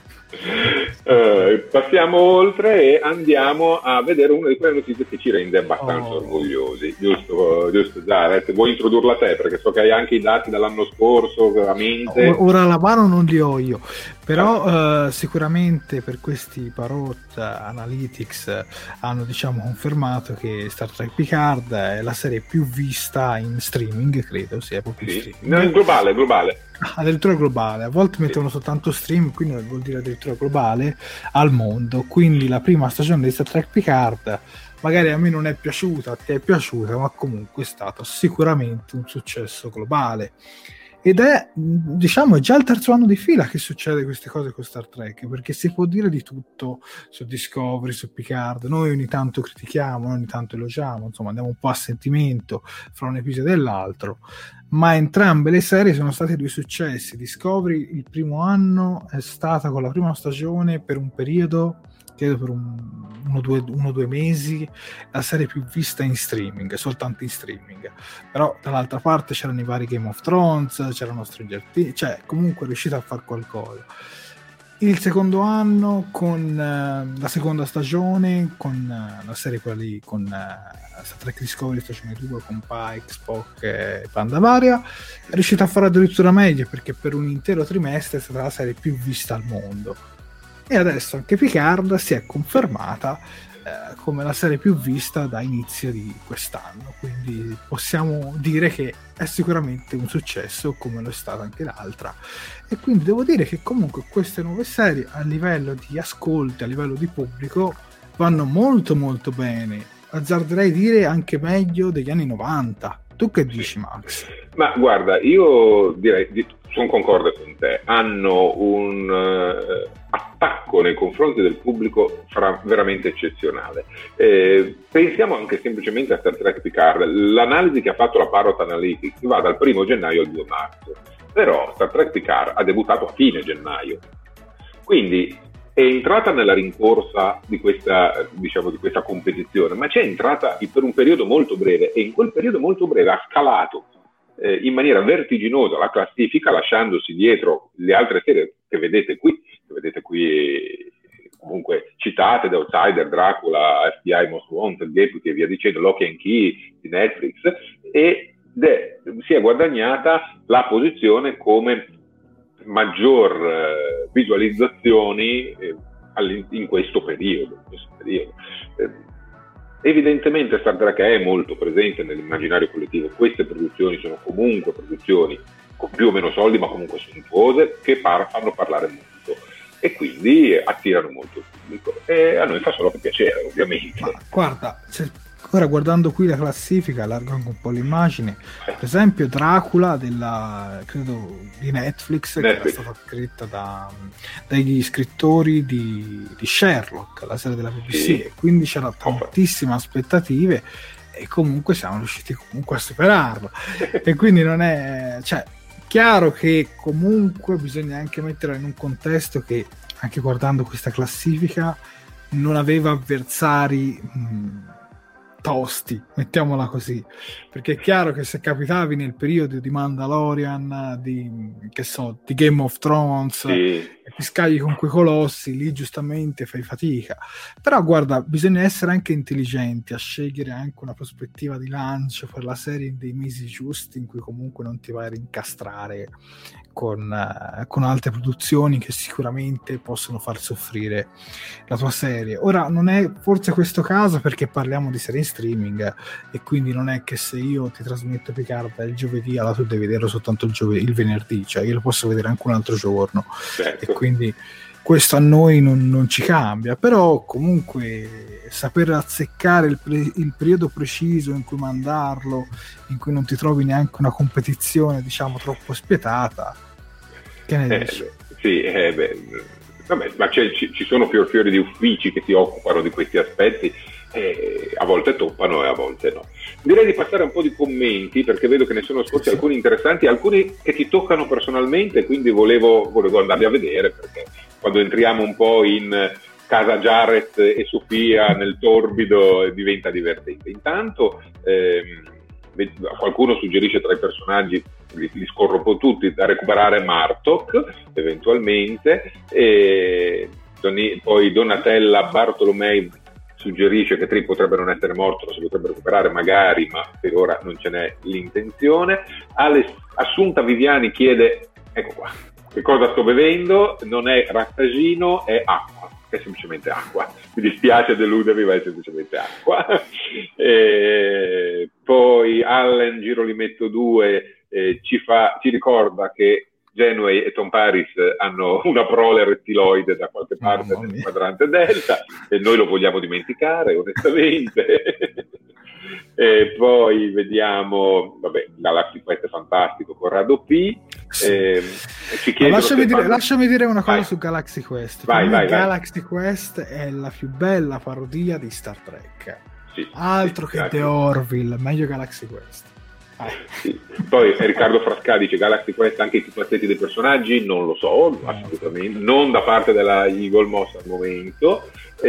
S8: Passiamo oltre e andiamo a vedere una di quelle notizie che ci rende abbastanza orgogliosi, giusto Jared? Vuoi introdurla te? Perché so che hai anche i dati dall'anno scorso, veramente.
S7: Ora la mano non li ho io, però sicuramente per questi Parrot Analytics hanno confermato che Star Trek Picard è la serie più vista in streaming, credo sia proprio streaming.
S8: Globale.
S7: Addirittura globale, a volte mettono soltanto stream, quindi vuol dire addirittura globale al mondo. Quindi la prima stagione di Star Trek Picard magari a me non è piaciuta, a te è piaciuta, ma comunque è stato sicuramente un successo globale. Ed è già il terzo anno di fila che succede queste cose con Star Trek, perché si può dire di tutto su Discovery, su Picard. Noi ogni tanto critichiamo, ogni tanto elogiamo, insomma andiamo un po' a sentimento fra un episodio e l'altro, ma entrambe le serie sono state due successi. Discovery il primo anno è stata con la prima stagione per un periodo, credo per uno o due mesi, la serie più vista in streaming, soltanto in streaming. Però dall'altra parte c'erano i vari Game of Thrones, c'erano Stranger Things, cioè comunque è riuscita a fare qualcosa. Il secondo anno con la seconda stagione, con la serie quella lì, con Star Trek Discovery stagione 2 con Pike, Spock e Pandavaria, è riuscita a fare addirittura meglio, perché per un intero trimestre è stata la serie più vista al mondo. E adesso anche Picard si è confermata come la serie più vista da inizio di quest'anno, quindi possiamo dire che è sicuramente un successo, come lo è stata anche l'altra. E quindi devo dire che comunque queste nuove serie a livello di ascolti, a livello di pubblico, vanno molto molto bene, azzarderei dire anche meglio degli anni 90. Tu che dici, Max?
S8: Ma guarda, io direi, sono concorde con te, hanno un attacco nei confronti del pubblico veramente eccezionale. Pensiamo anche semplicemente a Star Trek Picard. L'analisi che ha fatto la Parrot Analytics va dal 1 gennaio al 2 marzo, però Star Trek Picard ha debuttato a fine gennaio, quindi è entrata nella rincorsa di questa competizione, ma c'è entrata per un periodo molto breve, e in quel periodo molto breve ha scalato in maniera vertiginosa la classifica, lasciandosi dietro le altre serie che vedete qui comunque citate, The Outsider, Dracula, FBI Most Wanted, Deputy e via dicendo, Lock and Key di Netflix, e si è guadagnata la posizione come maggior visualizzazioni in questo periodo. Evidentemente Star Trek è molto presente nell'immaginario collettivo. Queste produzioni sono comunque produzioni con più o meno soldi, ma comunque sontuose, che fanno parlare molto e quindi attirano molto il pubblico, e a noi fa solo per piacere, ovviamente.
S7: Ma guarda, ora guardando qui la classifica, allargo anche un po' l'immagine, per esempio Dracula credo di Netflix, che era stata scritta dagli scrittori di Sherlock, la serie della BBC, e quindi c'era tantissime aspettative e comunque siamo riusciti comunque a superarla. E quindi non è, chiaro che comunque bisogna anche metterla in un contesto che, anche guardando questa classifica, non aveva avversari tosti, mettiamola così, perché è chiaro che se capitavi nel periodo di Mandalorian, di Game of Thrones, e ti scagli con quei colossi, lì giustamente fai fatica. Però guarda, bisogna essere anche intelligenti a scegliere anche una prospettiva di lancio per la serie in dei mesi giusti, in cui comunque non ti vai a rincastrare con altre produzioni che sicuramente possono far soffrire la tua serie. Ora non è forse questo caso, perché parliamo di serie in streaming, e quindi non è che se io ti trasmetto Picard il giovedì, allora tu devi vederlo soltanto il venerdì, cioè io lo posso vedere anche un altro giorno. Certo. E quindi questo a noi non ci cambia, però comunque saper azzeccare il periodo preciso in cui mandarlo, in cui non ti trovi neanche una competizione troppo spietata, che ne dici?
S8: Sì, vabbè, ma ci sono fiori di uffici che si occupano di questi aspetti, a volte toppano e a volte no. Direi di passare un po' di commenti, perché vedo che ne sono scorsi alcuni interessanti, alcuni che ti toccano personalmente, quindi volevo andarli a vedere, perché quando entriamo un po' in casa Jarrett e Sofia nel torbido diventa divertente. Intanto qualcuno suggerisce tra i personaggi, li scorro un po' tutti, da recuperare Martok eventualmente, e poi Donatella Bartolomei suggerisce che Trip potrebbe non essere morto, lo si potrebbe recuperare magari, ma per ora non ce n'è l'intenzione. Assunta Viviani chiede, ecco qua, che cosa sto bevendo? Non è rattagino, è acqua, è semplicemente acqua. Mi dispiace deludervi, ma è semplicemente acqua. Poi Allen Girolimetto 2 ci ricorda che Genway e Tom Paris hanno una prole reptiloide da qualche parte nel quadrante delta, e noi lo vogliamo dimenticare onestamente. E poi vediamo, vabbè, Galaxy Quest è fantastico, Corrado P. Ci
S7: lasciami dire una cosa su Galaxy Quest.
S8: Vai.
S7: Galaxy Quest è la più bella parodia di Star Trek. Altro che The Orville, meglio Galaxy Quest.
S8: Sì. Poi Riccardo Frasca dice Galaxy Quest anche i pupazzetti dei personaggi, non lo so, assolutamente non da parte della Eagle Moss al momento.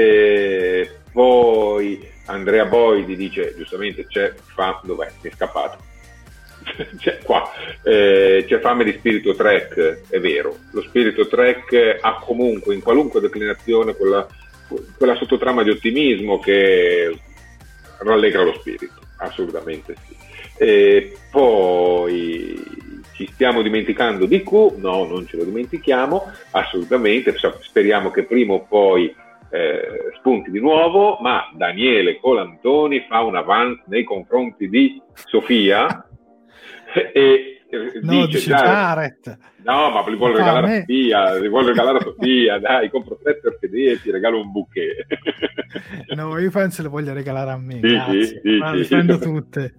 S8: Poi Andrea Boidi dice giustamente dov'è? Mi è scappato. C'è fame di spirito Trek, è vero, lo spirito Trek ha comunque in qualunque declinazione quella sottotrama di ottimismo che rallegra lo spirito, assolutamente sì. E poi ci stiamo dimenticando di Q? No, non ce lo dimentichiamo assolutamente, speriamo che prima o poi spunti di nuovo, ma Daniele Colantoni fa un avanzo nei confronti di Sofia e dice
S7: Jarrett.
S8: No, ma li vuole regalare a Sofia, dai, compro 7 orchidee e ti regalo un bouquet.
S7: No, io penso le voglio regalare a me,
S8: sì,
S7: le prendo tutte.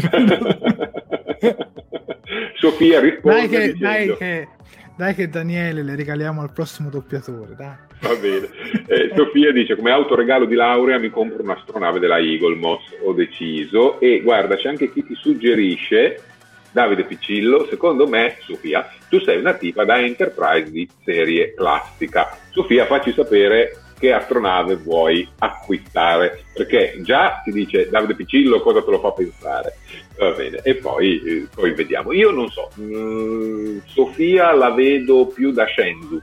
S8: Sofia risponde
S7: dai che Daniele le regaliamo al prossimo doppiatore, dai.
S8: Va bene. Sofia dice come autoregalo di laurea mi compro un'astronave della Eagle Moss, ho deciso. E guarda, c'è anche chi ti suggerisce, Davide Piccillo, secondo me, Sofia, tu sei una tipa da Enterprise di serie classica. Sofia, facci sapere che astronave vuoi acquistare, perché già ti dice Davide Piccillo cosa te lo fa pensare. Va bene, e poi vediamo. Io non so, Sofia la vedo più da Shenzhou,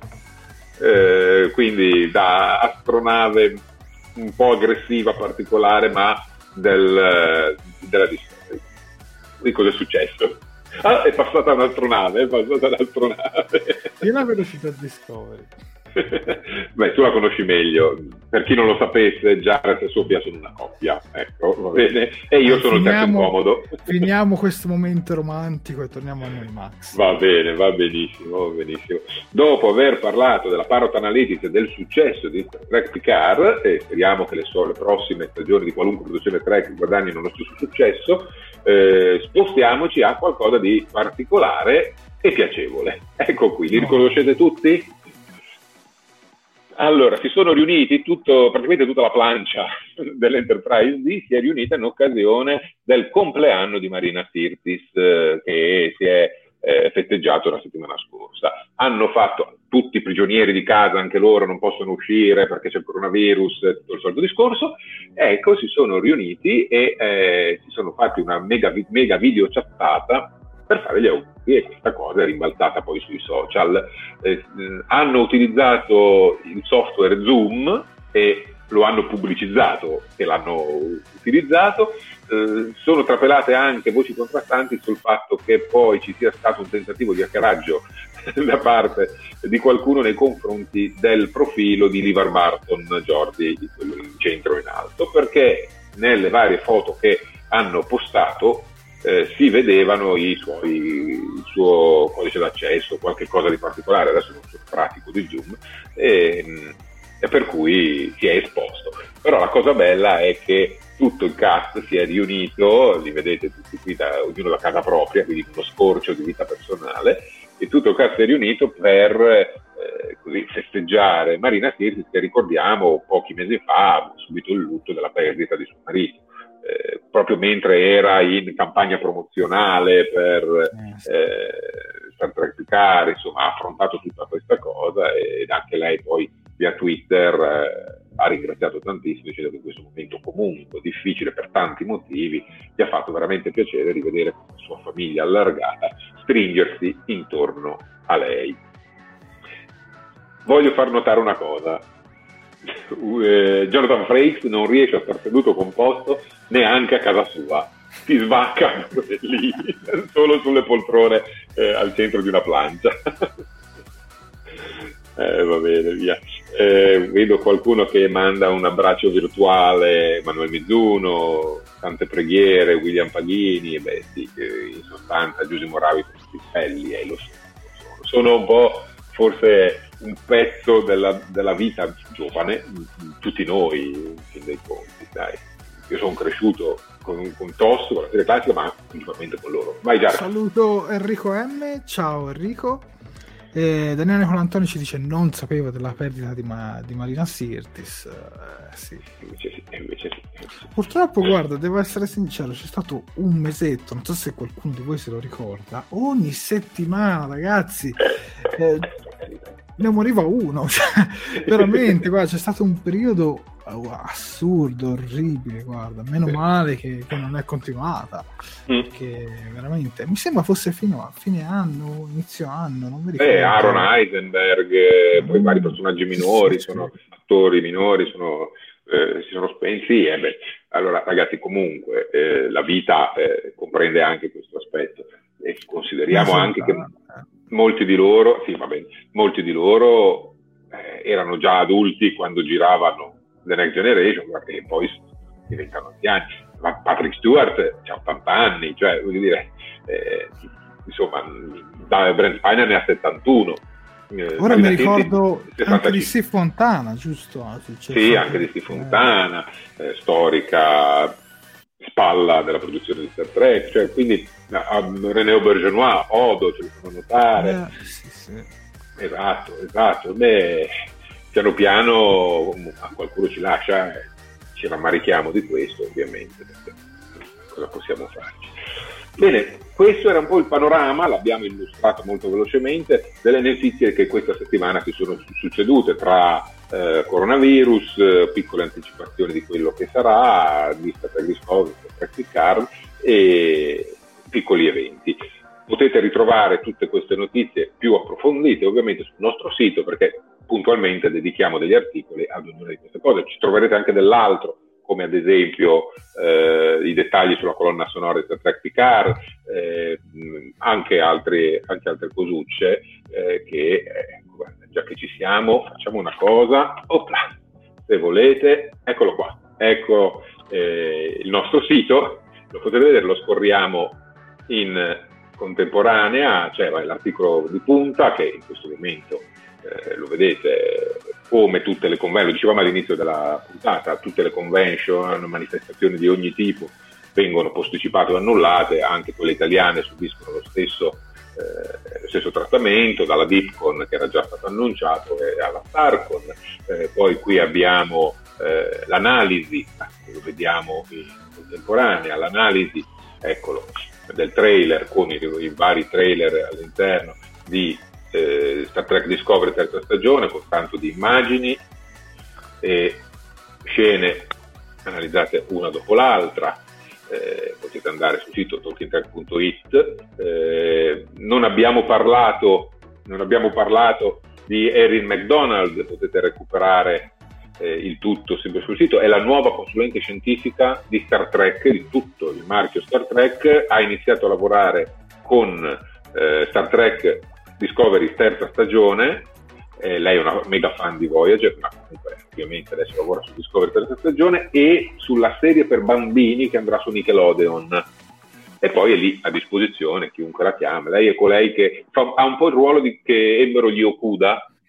S8: quindi da astronave un po' aggressiva, particolare, ma della Discovery. Qui cosa è successo? È passata un'astronave.
S7: Io la vedo più da Discovery.
S8: Beh, tu la conosci meglio. Per chi non lo sapesse, Jarrett e Sofia sono una coppia, ecco, va bene. E io sono il terzo incomodo.
S7: Finiamo questo momento romantico e torniamo a noi, Max.
S8: Va bene, va benissimo. Dopo aver parlato della Parrot Analytics e del successo di Trek Picard, e speriamo che le prossime stagioni di qualunque produzione Trek guadagnino lo stesso successo, spostiamoci a qualcosa di particolare e piacevole. Ecco qui, li riconoscete tutti? Allora, si sono riuniti praticamente tutta la plancia dell'Enterprise D si è riunita in occasione del compleanno di Marina Sirtis, che si è festeggiato la settimana scorsa. Hanno fatto tutti prigionieri di casa, anche loro non possono uscire perché c'è il coronavirus, tutto il solito discorso. Ecco, si sono riuniti e si sono fatti una mega video chattata per fare gli auguri, e questa cosa è rimbalzata poi sui social. Hanno utilizzato il software Zoom e lo hanno pubblicizzato e l'hanno utilizzato. Sono trapelate anche voci contrastanti sul fatto che poi ci sia stato un tentativo di hackeraggio da parte di qualcuno nei confronti del profilo di Livar Barton Jordi, quello in centro in alto, perché nelle varie foto che hanno postato si vedevano il suo codice d'accesso, qualche cosa di particolare, adesso non sono pratico di Zoom, e per cui si è esposto. Però la cosa bella è che tutto il cast si è riunito, li vedete tutti qui ognuno da casa propria, quindi uno scorcio di vita personale, e tutto il cast è riunito per così festeggiare Marina Sirtis, che ricordiamo pochi mesi fa ha subito il lutto della perdita di suo marito, proprio mentre era in campagna promozionale per Star Trek Picard, insomma ha affrontato tutta questa cosa, ed anche lei poi via Twitter ha ringraziato tantissimo, dicendo che in questo momento comunque difficile per tanti motivi gli ha fatto veramente piacere rivedere la sua famiglia allargata stringersi intorno a lei. Voglio far notare una cosa: Jonathan Frakes non riesce a star seduto composto neanche a casa sua, si svacca lì solo sulle poltrone al centro di una plancia. Va bene, via. Vedo qualcuno che manda un abbraccio virtuale, Manuel Mizuno, tante preghiere, William Paghini, e beh sì, in sostanza Giuseppe Moravi con questi belli, lo sono un po' forse un pezzo della vita giovane, tutti noi, in fin dei conti, dai. Io sono cresciuto con TOS, con la serie classica, ma principalmente con loro. Vai già.
S7: Saluto Enrico M, ciao Enrico. Daniele Colantoni ci dice: non sapevo della perdita di Marina Sirtis. Sì.
S8: Invece sì.
S7: Purtroppo, guarda, devo essere sincero, c'è stato un mesetto, non so se qualcuno di voi se lo ricorda, ogni settimana, ragazzi, ne moriva uno, cioè, veramente, guarda, c'è stato un periodo assurdo, orribile, guarda, meno male che non è continuata, perché veramente mi sembra fosse fino a fine anno, inizio anno, non mi ricordo.
S8: Aaron Eisenberg, poi vari personaggi minori, sono attori minori, si sono spenti. Allora ragazzi, comunque la vita comprende anche questo aspetto, e consideriamo anche che molti di loro erano già adulti quando giravano The Next Generation, e poi diventano anziani. Ma Patrick Stewart ha 80 anni, cioè voglio dire, insomma, Brent Spiner ne ha 71.
S7: Ora mi ricordo anche di Steve Fontana, giusto?
S8: Sì, anche di Steve Fontana, storica spalla della produzione di Star Trek, cioè, quindi René Aubergenois, Odo, ce lo fanno notare.
S7: Sì.
S8: Esatto. Beh, piano piano a qualcuno ci lascia, ci rammarichiamo di questo, ovviamente, perché cosa possiamo farci? Bene, questo era un po' il panorama, l'abbiamo illustrato molto velocemente, delle notizie che questa settimana si sono succedute tra coronavirus, piccole anticipazioni di quello che sarà, vista per Discovery, per Picard, e piccoli eventi. Potete ritrovare tutte queste notizie più approfondite ovviamente sul nostro sito, perché puntualmente dedichiamo degli articoli ad ognuna di queste cose. Ci troverete anche dell'altro, come ad esempio i dettagli sulla colonna sonora di Star Trek Picard, anche altre cosucce che, già che ci siamo, facciamo una cosa, se volete, eccolo qua, ecco il nostro sito, lo potete vedere, lo scorriamo in contemporanea, cioè l'articolo di punta che in questo momento lo vedete, come tutte le convention, lo dicevamo all'inizio della puntata, tutte le convention, manifestazioni di ogni tipo vengono posticipate o annullate, anche quelle italiane subiscono lo stesso trattamento, dalla DeepCon che era già stato annunciato alla StarCon. Poi qui abbiamo l'analisi, lo vediamo in contemporanea, l'analisi, eccolo, del trailer con i vari trailer all'interno di Star Trek Discovery terza stagione, con tanto di immagini e scene analizzate una dopo l'altra. Potete andare sul sito talkingtrek.it. Non abbiamo parlato di Erin McDonald, potete recuperare il tutto sempre sul sito. È la nuova consulente scientifica di Star Trek, di tutto il marchio Star Trek. Ha iniziato a lavorare con Star Trek Discovery terza stagione. Lei è una mega fan di Voyager, ma comunque ovviamente adesso lavora su Discovery terza stagione e sulla serie per bambini che andrà su Nickelodeon, e poi è lì a disposizione chiunque la chiama. Lei è colei che ha un po' il ruolo che ebbero gli Okuda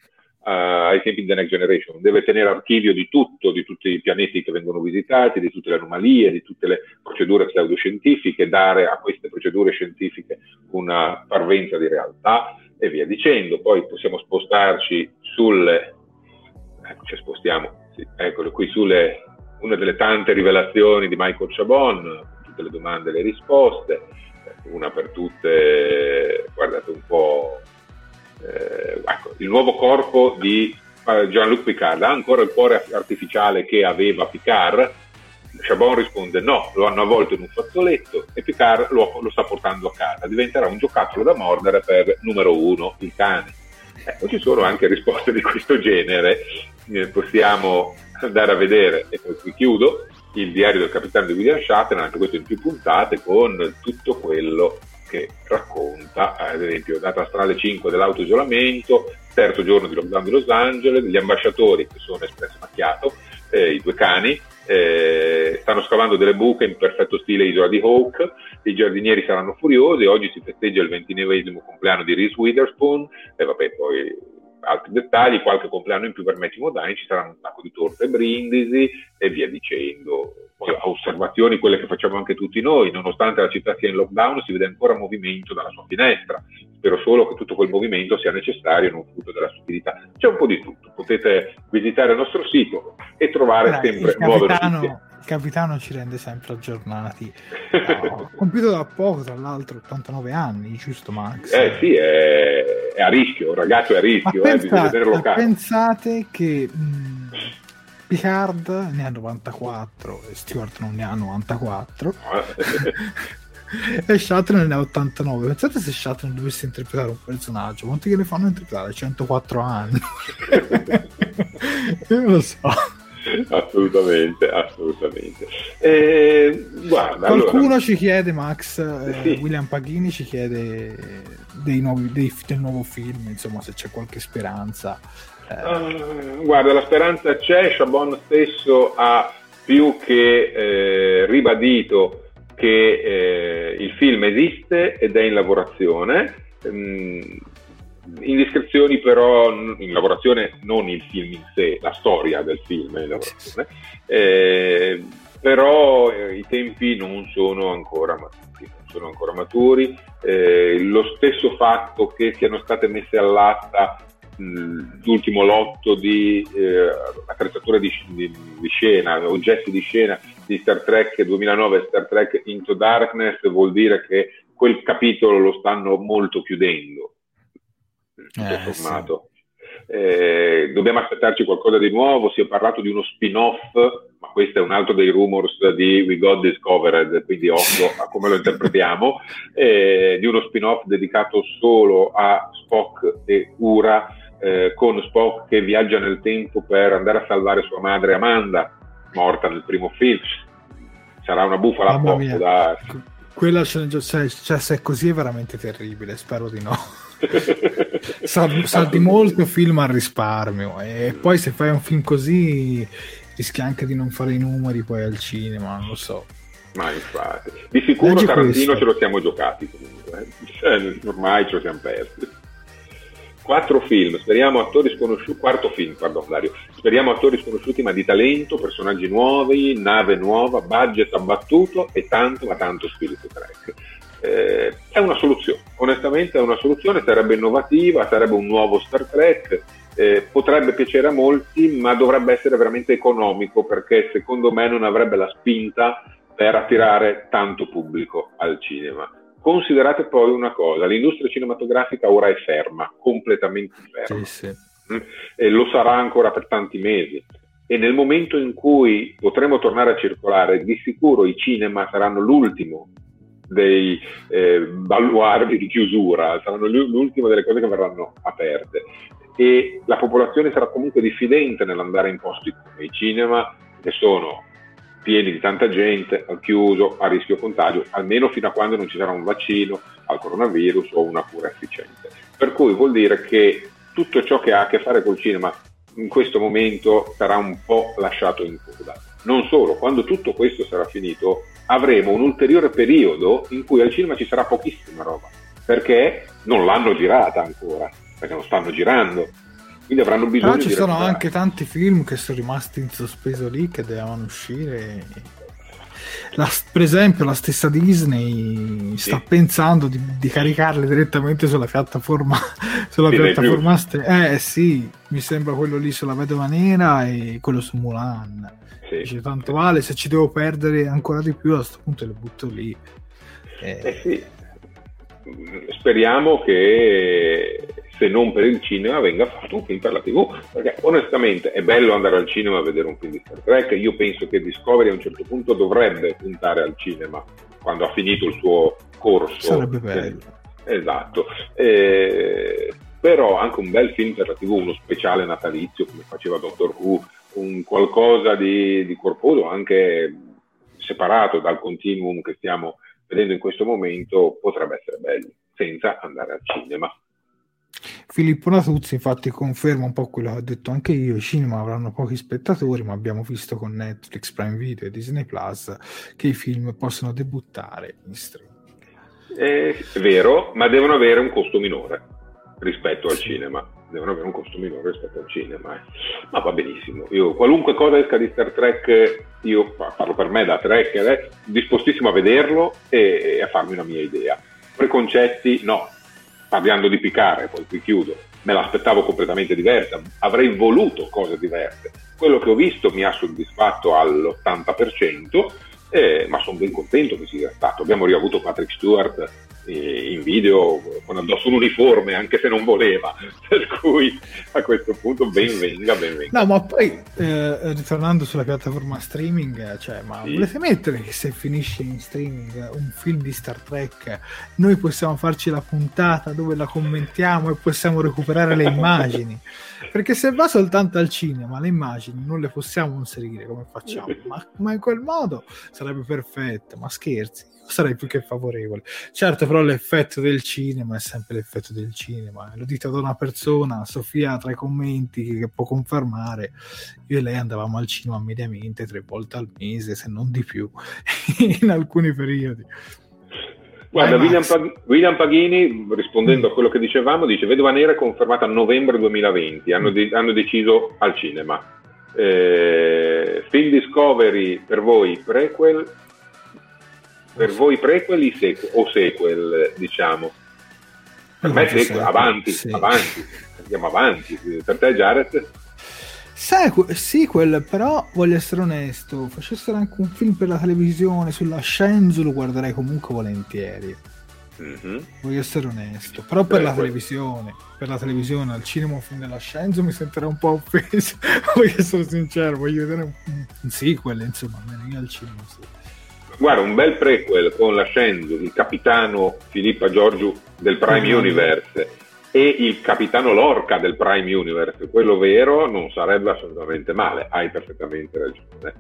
S8: ai tempi di The Next Generation, deve tenere archivio di tutto, di tutti i pianeti che vengono visitati, di tutte le anomalie, di tutte le procedure pseudoscientifiche, dare a queste procedure scientifiche una parvenza di realtà e via dicendo. Poi possiamo spostarci sulle, ci spostiamo, sì, eccolo qui, sulle una delle tante rivelazioni di Michael Chabon, tutte le domande e le risposte, una per tutte, guardate un po', ecco, il nuovo corpo di Jean-Luc Picard ha ancora il cuore artificiale che aveva Picard? Chabon risponde no, lo hanno avvolto in un fazzoletto e Picard lo sta portando a casa, diventerà un giocattolo da mordere per numero 1, il cane. Ecco, ci sono anche risposte di questo genere, possiamo andare a vedere, e poi qui chiudo, il diario del capitano di William Shatner, anche questo in più puntate, con tutto quello che racconta, ad esempio data astrale 5 dell'autoisolamento, terzo giorno di lockdown di Los Angeles, gli ambasciatori che sono espresso macchiato, i due cani, stanno scavando delle buche in perfetto stile Isola di Hawke, i giardinieri saranno furiosi, oggi si festeggia il 29esimo compleanno di Reese Witherspoon, e vabbè, poi altri dettagli, qualche compleanno in più per Matthew Modine, ci saranno un sacco di torte e brindisi e via dicendo. Poi osservazioni, quelle che facciamo anche tutti noi, nonostante la città sia in lockdown si vede ancora movimento dalla sua finestra, spero solo che tutto quel movimento sia necessario e non frutto della stupidità. C'è un po' di tutto, potete visitare il nostro sito e trovare sempre nuove notizie.
S7: Il capitano ci rende sempre aggiornati. Ha compiuto da poco, tra l'altro, 89 anni, giusto Max?
S8: Sì, è a rischio, il ragazzo è a rischio, bisogna tenerlo caro.
S7: Pensate che Picard ne ha 94 e Stewart non ne ha 94 e Shatner ne ha 89. Pensate se Shatner dovesse interpretare un personaggio, quanti che ne fanno interpretare? 104 anni. Io non lo so.
S8: Assolutamente. Guarda,
S7: qualcuno
S8: allora,
S7: ci chiede, Max,
S8: sì.
S7: William Paghini ci chiede del nuovo film, insomma, se c'è qualche speranza.
S8: Guarda, la speranza c'è. Chabon stesso ha più che ribadito che il film esiste ed è in lavorazione. Indiscrezioni però in lavorazione, non il film in sé, la storia del film è in lavorazione, però i tempi non sono ancora maturi, lo stesso fatto che siano state messe all'asta l'ultimo lotto di attrezzature di scena, oggetti di scena di Star Trek 2009 e Star Trek Into Darkness, vuol dire che quel capitolo lo stanno molto chiudendo. Formato. Sì. Dobbiamo aspettarci qualcosa di nuovo. Si è parlato di uno spin-off, ma questo è un altro dei rumors di We Got Discovered, quindi occhio a come lo interpretiamo, di uno spin-off dedicato solo a Spock e Uhura, con Spock che viaggia nel tempo per andare a salvare sua madre Amanda, morta nel primo film. Sarà una bufala a poco da...
S7: Quella, se è così è veramente terribile, spero di no. Salti molto film al risparmio, e poi se fai un film così rischi anche di non fare i numeri poi al cinema, non lo so.
S8: Ma infatti, di sicuro Tarantino ce lo siamo giocati comunque, ormai ce lo siamo persi. 4 film, speriamo attori sconosciuti, quarto film, pardon Dario, speriamo attori sconosciuti ma di talento, personaggi nuovi, nave nuova, budget abbattuto e tanto ma tanto spirito Trek. È una soluzione, onestamente è una soluzione, sarebbe innovativa, sarebbe un nuovo Star Trek, potrebbe piacere a molti, ma dovrebbe essere veramente economico, perché secondo me non avrebbe la spinta per attirare tanto pubblico al cinema. Considerate poi una cosa, l'industria cinematografica ora è ferma, completamente ferma, sì. E lo sarà ancora per tanti mesi, e nel momento in cui potremo tornare a circolare, di sicuro i cinema saranno l'ultimo dei baluardi di chiusura, saranno l'ultima delle cose che verranno aperte, e la popolazione sarà comunque diffidente nell'andare in posti come i cinema, che sono pieni di tanta gente, al chiuso, a rischio contagio, almeno fino a quando non ci sarà un vaccino al coronavirus o una cura efficiente. Per cui vuol dire che tutto ciò che ha a che fare col cinema in questo momento sarà un po' lasciato in coda. Non solo, quando tutto questo sarà finito avremo un ulteriore periodo in cui al cinema ci sarà pochissima roba, perché non l'hanno girata ancora, perché non stanno girando. quindi avranno bisogno
S7: però ci
S8: di
S7: sono
S8: recuperare.
S7: anche tanti film che sono rimasti in sospeso lì, che dovevano uscire. Per esempio la stessa Disney sta pensando di caricarle direttamente sulla piattaforma sì, mi sembra quello lì sulla Vedova Nera e quello su Mulan. Dice, tanto vale, se ci devo perdere ancora di più a questo punto le butto lì.
S8: Sì. Speriamo che, se non per il cinema, venga fatto un film per la TV, perché onestamente è bello andare al cinema a vedere un film di Star Trek. Io penso che Discovery a un certo punto dovrebbe puntare al cinema quando ha finito il suo corso.
S7: Sarebbe bello.
S8: Esatto. Però anche un bel film per la TV, uno speciale natalizio come faceva Doctor Who, un qualcosa di corposo, anche separato dal continuum che stiamo vedendo in questo momento, potrebbe essere bello, senza andare al cinema.
S7: Filippo Natuzzi infatti conferma un po' quello che ho detto anche io: i cinema avranno pochi spettatori, ma abbiamo visto con Netflix, Prime Video e Disney Plus che i film possono debuttare in streaming.
S8: È vero, ma devono avere un costo minore rispetto al cinema. Devono avere un costo minore rispetto al cinema. Ma va benissimo. Io qualunque cosa esca di Star Trek, io parlo per me da Trekker, dispostissimo a vederlo e a farmi una mia idea. Preconcetti no. Parlando di Picard, poi qui chiudo, me l'aspettavo completamente diversa, avrei voluto cose diverse. Quello che ho visto mi ha soddisfatto all'80%, ma sono ben contento che sia stato. Abbiamo riavuto Patrick Stewart in video con addosso un uniforme, anche se non voleva, per cui a questo punto ben venga.
S7: No, ma poi ritornando sulla piattaforma streaming, volete mettere che se finisce in streaming un film di Star Trek noi possiamo farci la puntata dove la commentiamo e possiamo recuperare le immagini? Perché se va soltanto al cinema le immagini non le possiamo inserire, come facciamo? Ma in quel modo sarebbe perfetto. Ma scherzi, sarei più che favorevole. Certo, però l'effetto del cinema è sempre l'effetto del cinema. Lo dite ad una persona, Sofia tra i commenti, che può confermare. Io e lei andavamo al cinema mediamente 3 volte al mese, se non di più, in alcuni periodi.
S8: Guarda, William Paghini, rispondendo a quello che dicevamo, dice: Vedova Nera è confermata a novembre 2020, hanno deciso al cinema. Film Discovery per voi prequel? Per voi prequel o sequel, diciamo? Per me sequel, avanti, andiamo avanti. Per te, Jared?
S7: Sequel, però voglio essere onesto, facessero anche un film per la televisione sulla Shenzo, lo guarderei comunque volentieri. Voglio essere onesto, però per la televisione al cinema un film della Shenzo mi sentirei un po' offeso. Voglio essere sincero, voglio vedere un sequel, insomma, almeno io al cinema sì.
S8: Guarda, un bel prequel con la Shenzo, il capitano Filippa Giorgiu del Prime Universe e il capitano Lorca del Prime Universe, quello vero, non sarebbe assolutamente male, hai perfettamente ragione.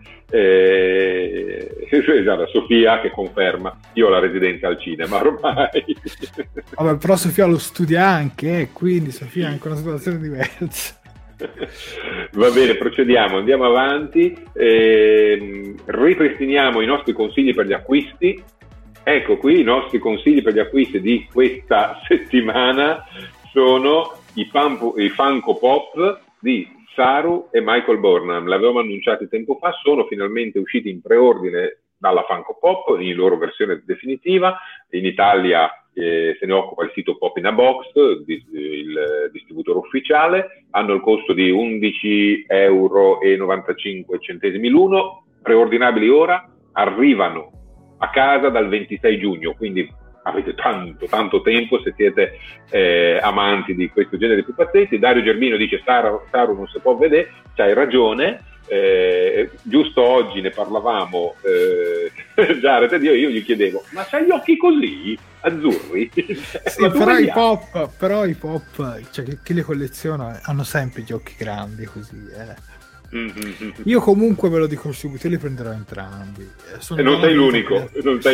S8: Guarda, Sofia che conferma, io ho la residenza al cinema ormai.
S7: Vabbè, però Sofia lo studia anche, quindi Sofia è anche una situazione diversa.
S8: Va bene, procediamo, andiamo avanti, ripristiniamo i nostri consigli per gli acquisti. Ecco qui i nostri consigli per gli acquisti di questa settimana sono i Funko Pop di Saru e Michael Burnham. L'avevamo annunciati tempo fa, sono finalmente usciti in preordine dalla Funko Pop in loro versione definitiva. In Italia se ne occupa il sito Pop in a Box, il distributore ufficiale. Hanno il costo di €11,95 l'uno, preordinabili ora, arrivano a casa dal 26 giugno, quindi avete tanto tempo se siete amanti di questo genere di pupazzetti. Dario Germino dice: Saru non si può vedere, c'hai ragione. Giusto oggi ne parlavamo, Jared ed io gli chiedevo: ma c'hai gli occhi così azzurri?
S7: Sì, però i pop, cioè chi li colleziona hanno sempre gli occhi grandi così, Io comunque ve lo dico subito, io li prenderò entrambi.
S8: E non sei l'unico.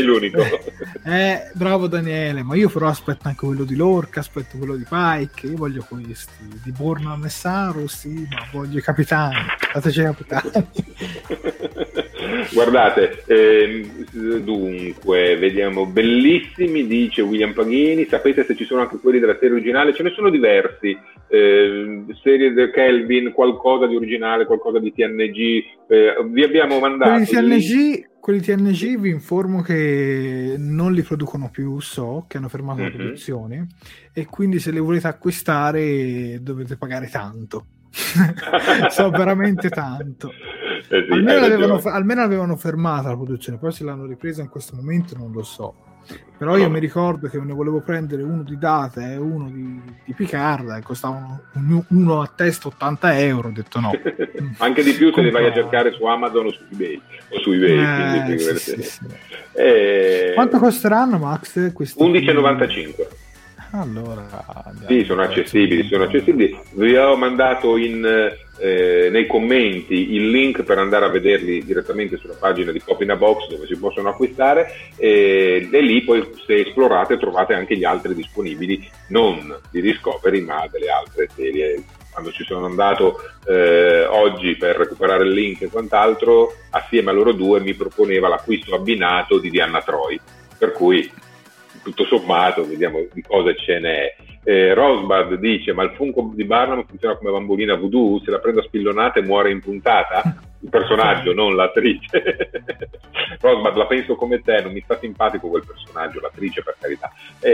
S7: Bravo Daniele, ma io però aspetto anche quello di Lorca, aspetto quello di Pike, io voglio questi di Burnham e Saru, sì, ma voglio i capitani, dateci i capitani.
S8: Guardate, dunque vediamo, bellissimi, dice William Paghini. Sapete se ci sono anche quelli della serie originale? Ce ne sono diversi, serie del Kelvin, qualcosa di originale, qualcosa di TNG, vi abbiamo mandato
S7: quelli TNG vi informo che non li producono più, che hanno fermato la produzione, e quindi se le volete acquistare dovete pagare tanto. So veramente tanto. Sì, almeno avevano fermato la produzione, poi se l'hanno ripresa in questo momento non lo so. Però io mi ricordo che ne volevo prendere uno di Data e uno di Picard e costavano uno a testa 80 euro. Ho detto no.
S8: Anche di più se li vai a cercare su Amazon o su eBay. Sì.
S7: Quanto costeranno, Max?
S8: 11,95.
S7: Allora,
S8: sì, sono accessibili. Vi ho mandato nei commenti il link per andare a vederli direttamente sulla pagina di Pop in a Box, dove si possono acquistare, e lì poi, se esplorate, trovate anche gli altri disponibili, non di Discovery ma delle altre serie. Quando ci sono andato oggi per recuperare il link e quant'altro, assieme a loro due mi proponeva l'acquisto abbinato di Diana Troy, per cui tutto sommato vediamo di cosa ce n'è. Rosbud dice: ma il Funko di Barnum funziona come bambolina voodoo? Se la prendo a spillonate muore in puntata? Il personaggio, non l'attrice. Rosbud, la penso come te, non mi sta simpatico quel personaggio, l'attrice per carità,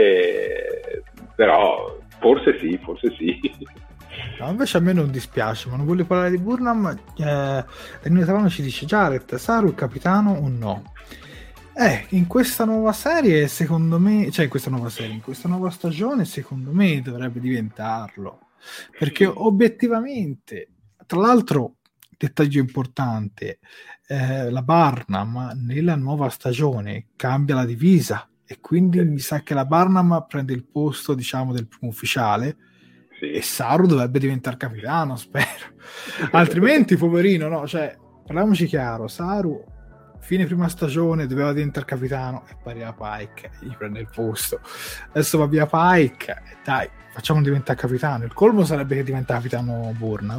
S8: però forse sì.
S7: No, invece a me non dispiace, ma non voglio parlare di Burnham. Daniele Tavano ci dice: Jared, Saru il capitano o no? In questa nuova serie, secondo me, in questa nuova stagione, secondo me dovrebbe diventarlo, perché obiettivamente, tra l'altro, dettaglio importante, la Barnum nella nuova stagione cambia la divisa e quindi mi sa che la Barnum prende il posto, diciamo, del primo ufficiale, e Saru dovrebbe diventare capitano, spero. Altrimenti, poverino, no? Parliamoci chiaro, Saru fine prima stagione doveva diventare capitano e poi arriva Pike e gli prende il posto. Adesso va via Pike e dai, facciamo diventare capitano. Il colmo sarebbe che diventa capitano Burnham.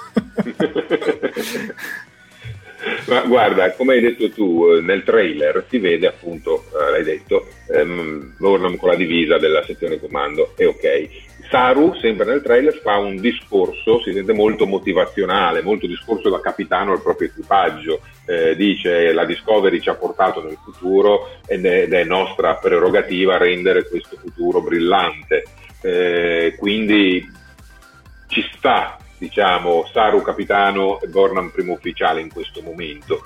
S8: Ma guarda, come hai detto tu, nel trailer si vede appunto, l'hai detto, Burnham con la divisa della sezione comando, e ok. Saru, sempre nel trailer, fa un discorso, si sente molto motivazionale, molto discorso da capitano al proprio equipaggio, dice: la Discovery ci ha portato nel futuro ed è nostra prerogativa rendere questo futuro brillante, quindi ci sta, diciamo, Saru capitano e Burnham primo ufficiale in questo momento.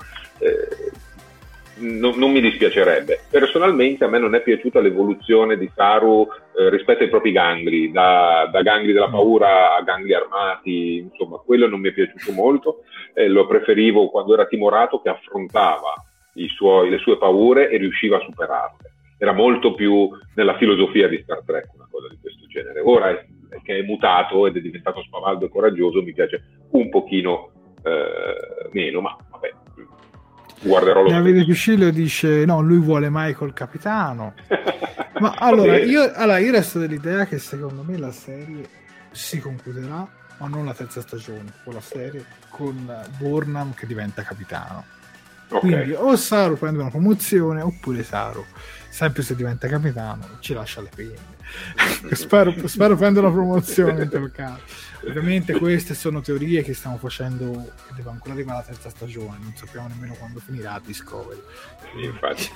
S8: Non mi dispiacerebbe. Personalmente a me non è piaciuta l'evoluzione di Saru rispetto ai propri gangli, da gangli della paura a gangli armati, insomma quello non mi è piaciuto molto, lo preferivo quando era timorato, che affrontava le sue paure e riusciva a superarle. Era molto più nella filosofia di Star Trek una cosa di questo genere. Ora che è mutato ed è diventato spavaldo e coraggioso, mi piace un pochino meno, ma vabbè, guarderò lo
S7: Davide Piscillo dice: no, lui vuole Michael capitano. Ma allora io resto dell'idea che secondo me la serie si concluderà, ma non la terza stagione, con la serie con Burnham che diventa capitano. Quindi o Saru prende una promozione, oppure Saru, sempre se diventa capitano, ci lascia le penne. spero prenda una promozione in quel caso. Ovviamente queste sono teorie che stiamo facendo, che deve ancora arrivare la terza stagione, non sappiamo nemmeno quando finirà Discovery.
S8: Infatti.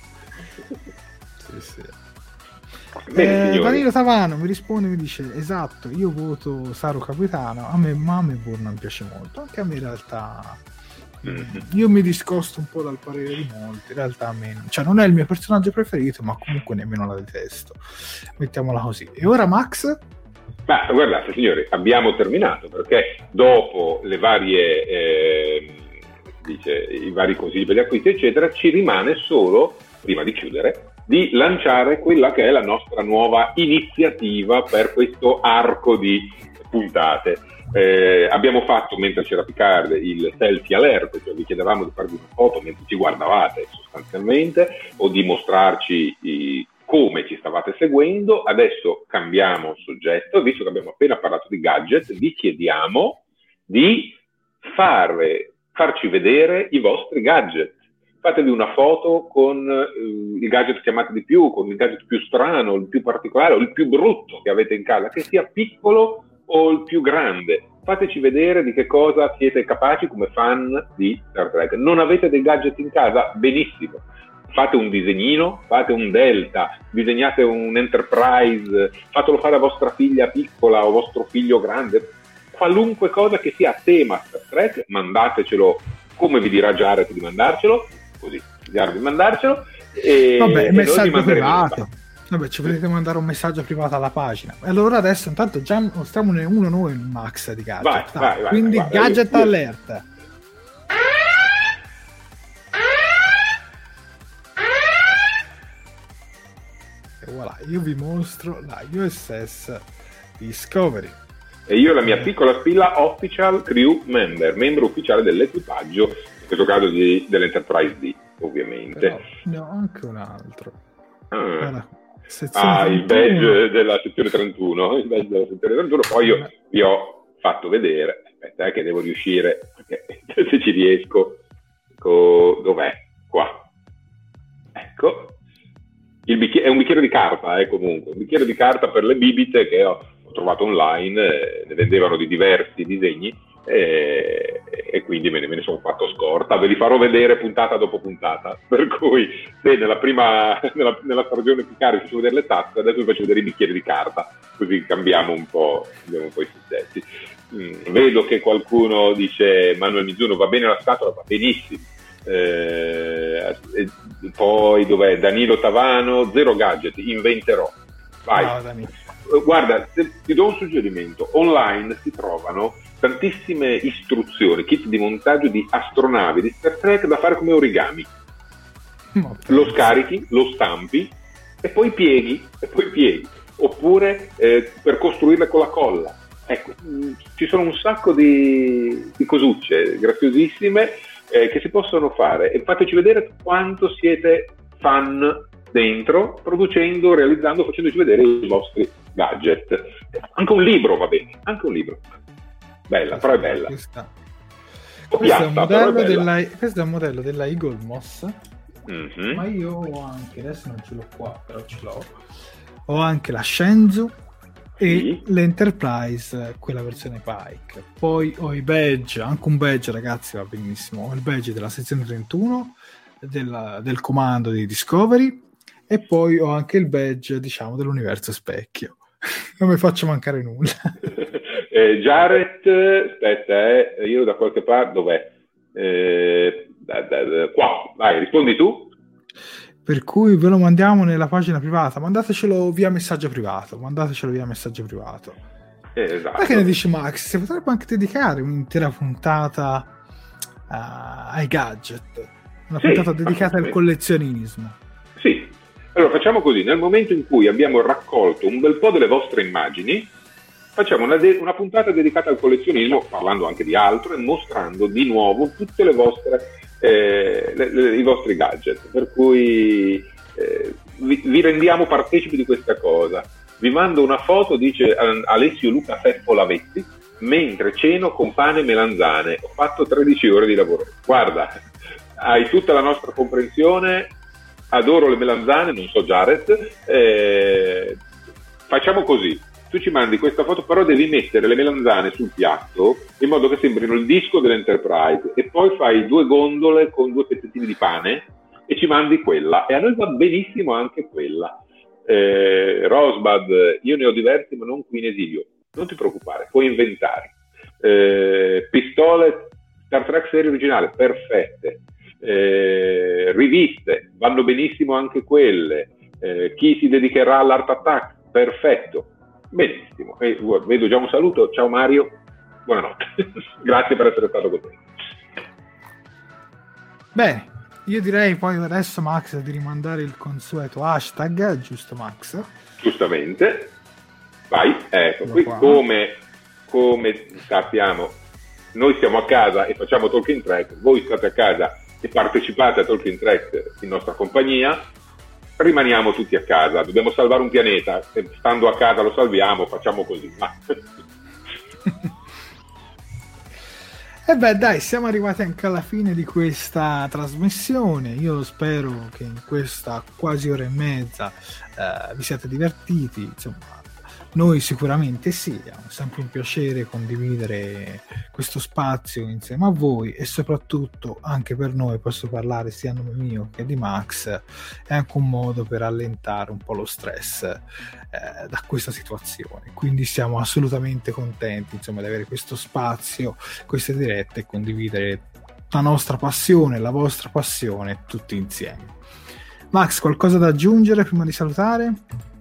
S7: Sì. Danilo Tavano mi risponde, mi dice: esatto, io voto Saru capitano, a me Burnham piace molto, anche a me in realtà. Io mi discosto un po' dal parere di molti, in realtà a me non è il mio personaggio preferito, ma comunque nemmeno la detesto, mettiamola così. E ora Max?
S8: Ma guardate signori, abbiamo terminato, perché dopo le varie i vari consigli per gli acquisti eccetera, ci rimane solo, prima di chiudere, di lanciare quella che è la nostra nuova iniziativa per questo arco di puntate. Abbiamo fatto, mentre c'era Picard, il selfie alert, cioè vi chiedevamo di farvi una foto mentre ci guardavate sostanzialmente, o di mostrarci come ci stavate seguendo. Adesso cambiamo soggetto, visto che abbiamo appena parlato di gadget, vi chiediamo di farci vedere i vostri gadget. Fatevi una foto con il gadget che amate di più, con il gadget più strano, il più particolare o il più brutto che avete in casa, che sia piccolo o il più grande. Fateci vedere di che cosa siete capaci come fan di Star Trek. Non avete dei gadget in casa? Benissimo. Fate un disegnino, fate un Delta, disegnate un Enterprise, fatelo fare a vostra figlia piccola o vostro figlio grande. Qualunque cosa che sia a tema Star Trek, mandatecelo come vi dirà Jared di mandarcelo, così Jared di mandarcelo. E
S7: vabbè, messaggio privato. Vabbè, ci potete mandare un messaggio privato alla pagina. Allora adesso intanto già mostriamone uno noi, Max, di gadget.
S8: Vai,
S7: quindi
S8: vai,
S7: gadget alert. E voilà, io vi mostro la USS Discovery.
S8: E io la mia piccola spilla official crew member, membro ufficiale dell'equipaggio, in questo caso dell'Enterprise D, ovviamente.
S7: Però ne ho anche un altro.
S8: Il badge della sezione 31. Il badge della sezione 31. Poi io vi ho fatto vedere. Aspetta, che devo riuscire, perché se ci riesco. Dov'è? Qua. Ecco. È un bicchiere di carta, comunque. Un bicchiere di carta per le bibite che ho trovato online, ne vendevano di diversi disegni e quindi me ne sono fatto scorta. Ve li farò vedere puntata dopo puntata, per cui se nella stagione Picard vi faccio vedere le tazze, adesso vi faccio vedere i bicchieri di carta, così cambiamo un po' i soggetti. Vedo che qualcuno dice: Manuel Mizuno, va bene la scatola? Va benissimo. Poi dov'è? Danilo Tavano, 0 gadget, inventerò. Vai. Guarda, ti do un suggerimento: online si trovano tantissime istruzioni, kit di montaggio di astronavi di Star Trek da fare come origami. Lo scarichi, lo stampi e poi pieghi, oppure per costruirle con la colla. Ecco, ci sono un sacco di cosucce graziosissime che si possono fare, e fateci vedere quanto siete fan dentro, realizzando, facendoci vedere i vostri gadget. Anche un libro va bene, bella, però è bella.
S7: Questo è un modello della Eagle Moss. Mm-hmm. Ma io ho anche, adesso non ce l'ho qua, però ce l'ho. Ho anche la Shenzhou e l'Enterprise, quella versione Pike. Poi ho i badge, anche un badge, ragazzi, va benissimo. Ho il badge della sezione 31 del comando di Discovery, e poi ho anche il badge, diciamo, dell'universo specchio. Non mi faccio mancare nulla.
S8: Jared, aspetta, io da qualche parte, dov'è? Qua, vai, rispondi tu.
S7: Per cui ve lo mandiamo nella pagina privata, mandatecelo via messaggio privato.
S8: Esatto.
S7: Ma che ne dici, Max? Si potrebbe anche dedicare un'intera puntata ai gadget, una puntata dedicata al collezionismo.
S8: Sì, allora facciamo così: nel momento in cui abbiamo raccolto un bel po' delle vostre immagini, facciamo una puntata dedicata al collezionismo, parlando anche di altro e mostrando di nuovo tutte le vostre i vostri gadget, per cui vi rendiamo partecipi di questa cosa. Vi mando una foto, dice Alessio Luca Feffo Lavetti, mentre ceno con pane e melanzane, ho fatto 13 ore di lavoro. Guarda, hai tutta la nostra comprensione, adoro le melanzane, non so Jared, facciamo così: tu ci mandi questa foto, però devi mettere le melanzane sul piatto in modo che sembrino il disco dell'Enterprise, e poi fai 2 gondole con 2 pezzettini di pane e ci mandi quella, e a noi va benissimo anche quella. Rosbad, io ne ho diversi ma non qui in esilio, non ti preoccupare, puoi inventare. Pistole Star Trek serie originale, perfette. Riviste, vanno benissimo anche quelle. Chi si dedicherà all'Art Attack, perfetto. Benissimo, vedo già un saluto. Ciao Mario, buonanotte. Grazie per essere stato con me.
S7: Bene, io direi poi adesso, Max, di rimandare il consueto hashtag, giusto Max?
S8: Giustamente. Vai, ecco qui, come sappiamo, noi siamo a casa e facciamo Talking Track, voi state a casa e partecipate a Talking Track in nostra compagnia. Rimaniamo tutti a casa, dobbiamo salvare un pianeta, stando a casa lo salviamo, facciamo così.
S7: E beh, dai, siamo arrivati anche alla fine di questa trasmissione. Io spero che in questa quasi ora e mezza vi siate divertiti. Insomma, Noi sicuramente sì, è sempre un piacere condividere questo spazio insieme a voi, e soprattutto anche per noi, posso parlare sia a nome mio che di Max, è anche un modo per allentare un po' lo stress da questa situazione. Quindi siamo assolutamente contenti, insomma, di avere questo spazio, queste dirette, e condividere la nostra passione, la vostra passione, tutti insieme. Max, qualcosa da aggiungere prima di salutare?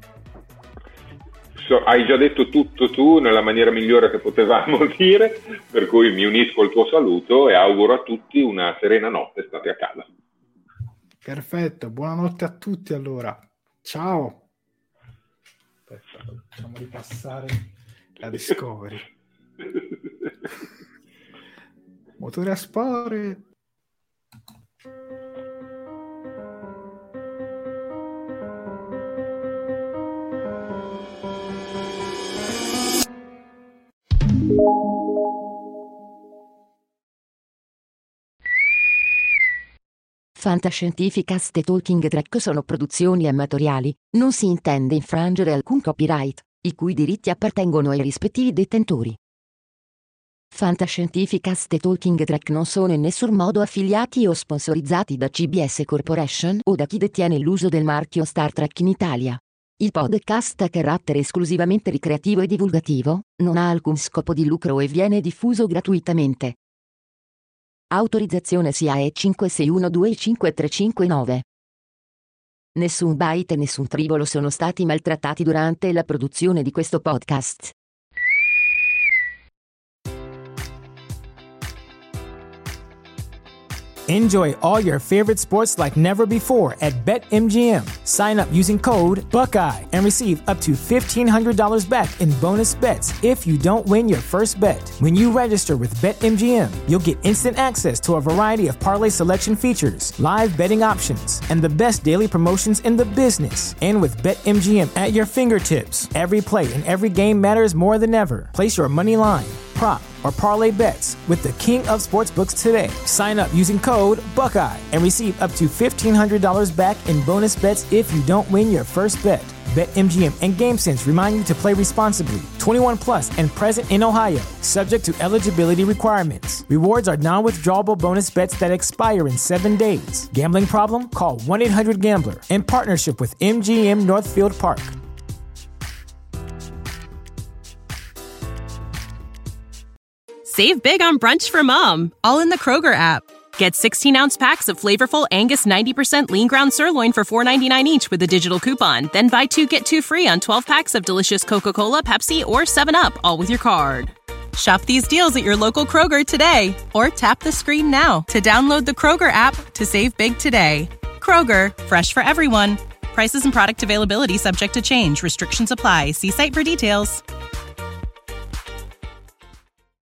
S8: Hai già detto tutto tu nella maniera migliore che potevamo dire, per cui mi unisco al tuo saluto e auguro a tutti una serena notte, state a casa.
S7: Perfetto, buonanotte a tutti allora. Ciao. Aspetta, facciamo ripassare la Discovery. Motore a spore.
S9: Fantascientificast e Talking Track sono produzioni amatoriali, non si intende infrangere alcun copyright, i cui diritti appartengono ai rispettivi detentori. Fantascientificast e Talking Track non sono in nessun modo affiliati o sponsorizzati da CBS Corporation o da chi detiene l'uso del marchio Star Trek in Italia. Il podcast ha carattere esclusivamente ricreativo e divulgativo, non ha alcun scopo di lucro e viene diffuso gratuitamente. Autorizzazione SIAE 56125359. Nessun byte e nessun tribolo sono stati maltrattati durante la produzione di questo podcast.
S1: Enjoy all your favorite sports like never before at BetMGM. Sign up using code Buckeye and receive up to $1,500 back in bonus bets if you don't win your first bet. When you register with BetMGM, you'll get instant access to a variety of parlay selection features, live betting options, and the best daily promotions in the business. And with BetMGM at your fingertips, every play and every game matters more than ever. Place your money line, prop, or parlay bets with the king of sportsbooks today. Sign up using code Buckeye and receive up to $1,500 back in bonus bets if you don't win your first bet. BetMGM and GameSense remind you to play responsibly. 21 plus and present in Ohio, subject to eligibility requirements. Rewards are non-withdrawable bonus bets that expire in 7 days. Gambling problem? Call 1-800-GAMBLER. In partnership with MGM Northfield Park.
S10: Save big on brunch for mom, all in the Kroger app. Get 16-ounce packs of flavorful Angus 90% lean ground sirloin for $4.99 each with a digital coupon. Then buy 2, get 2 free on 12 packs of delicious Coca-Cola, Pepsi, or 7-Up, all with your card. Shop these deals at your local Kroger today, or tap the screen now to download the Kroger app to save big today. Kroger, fresh for everyone. Prices and product availability subject to change. Restrictions apply. See site for details.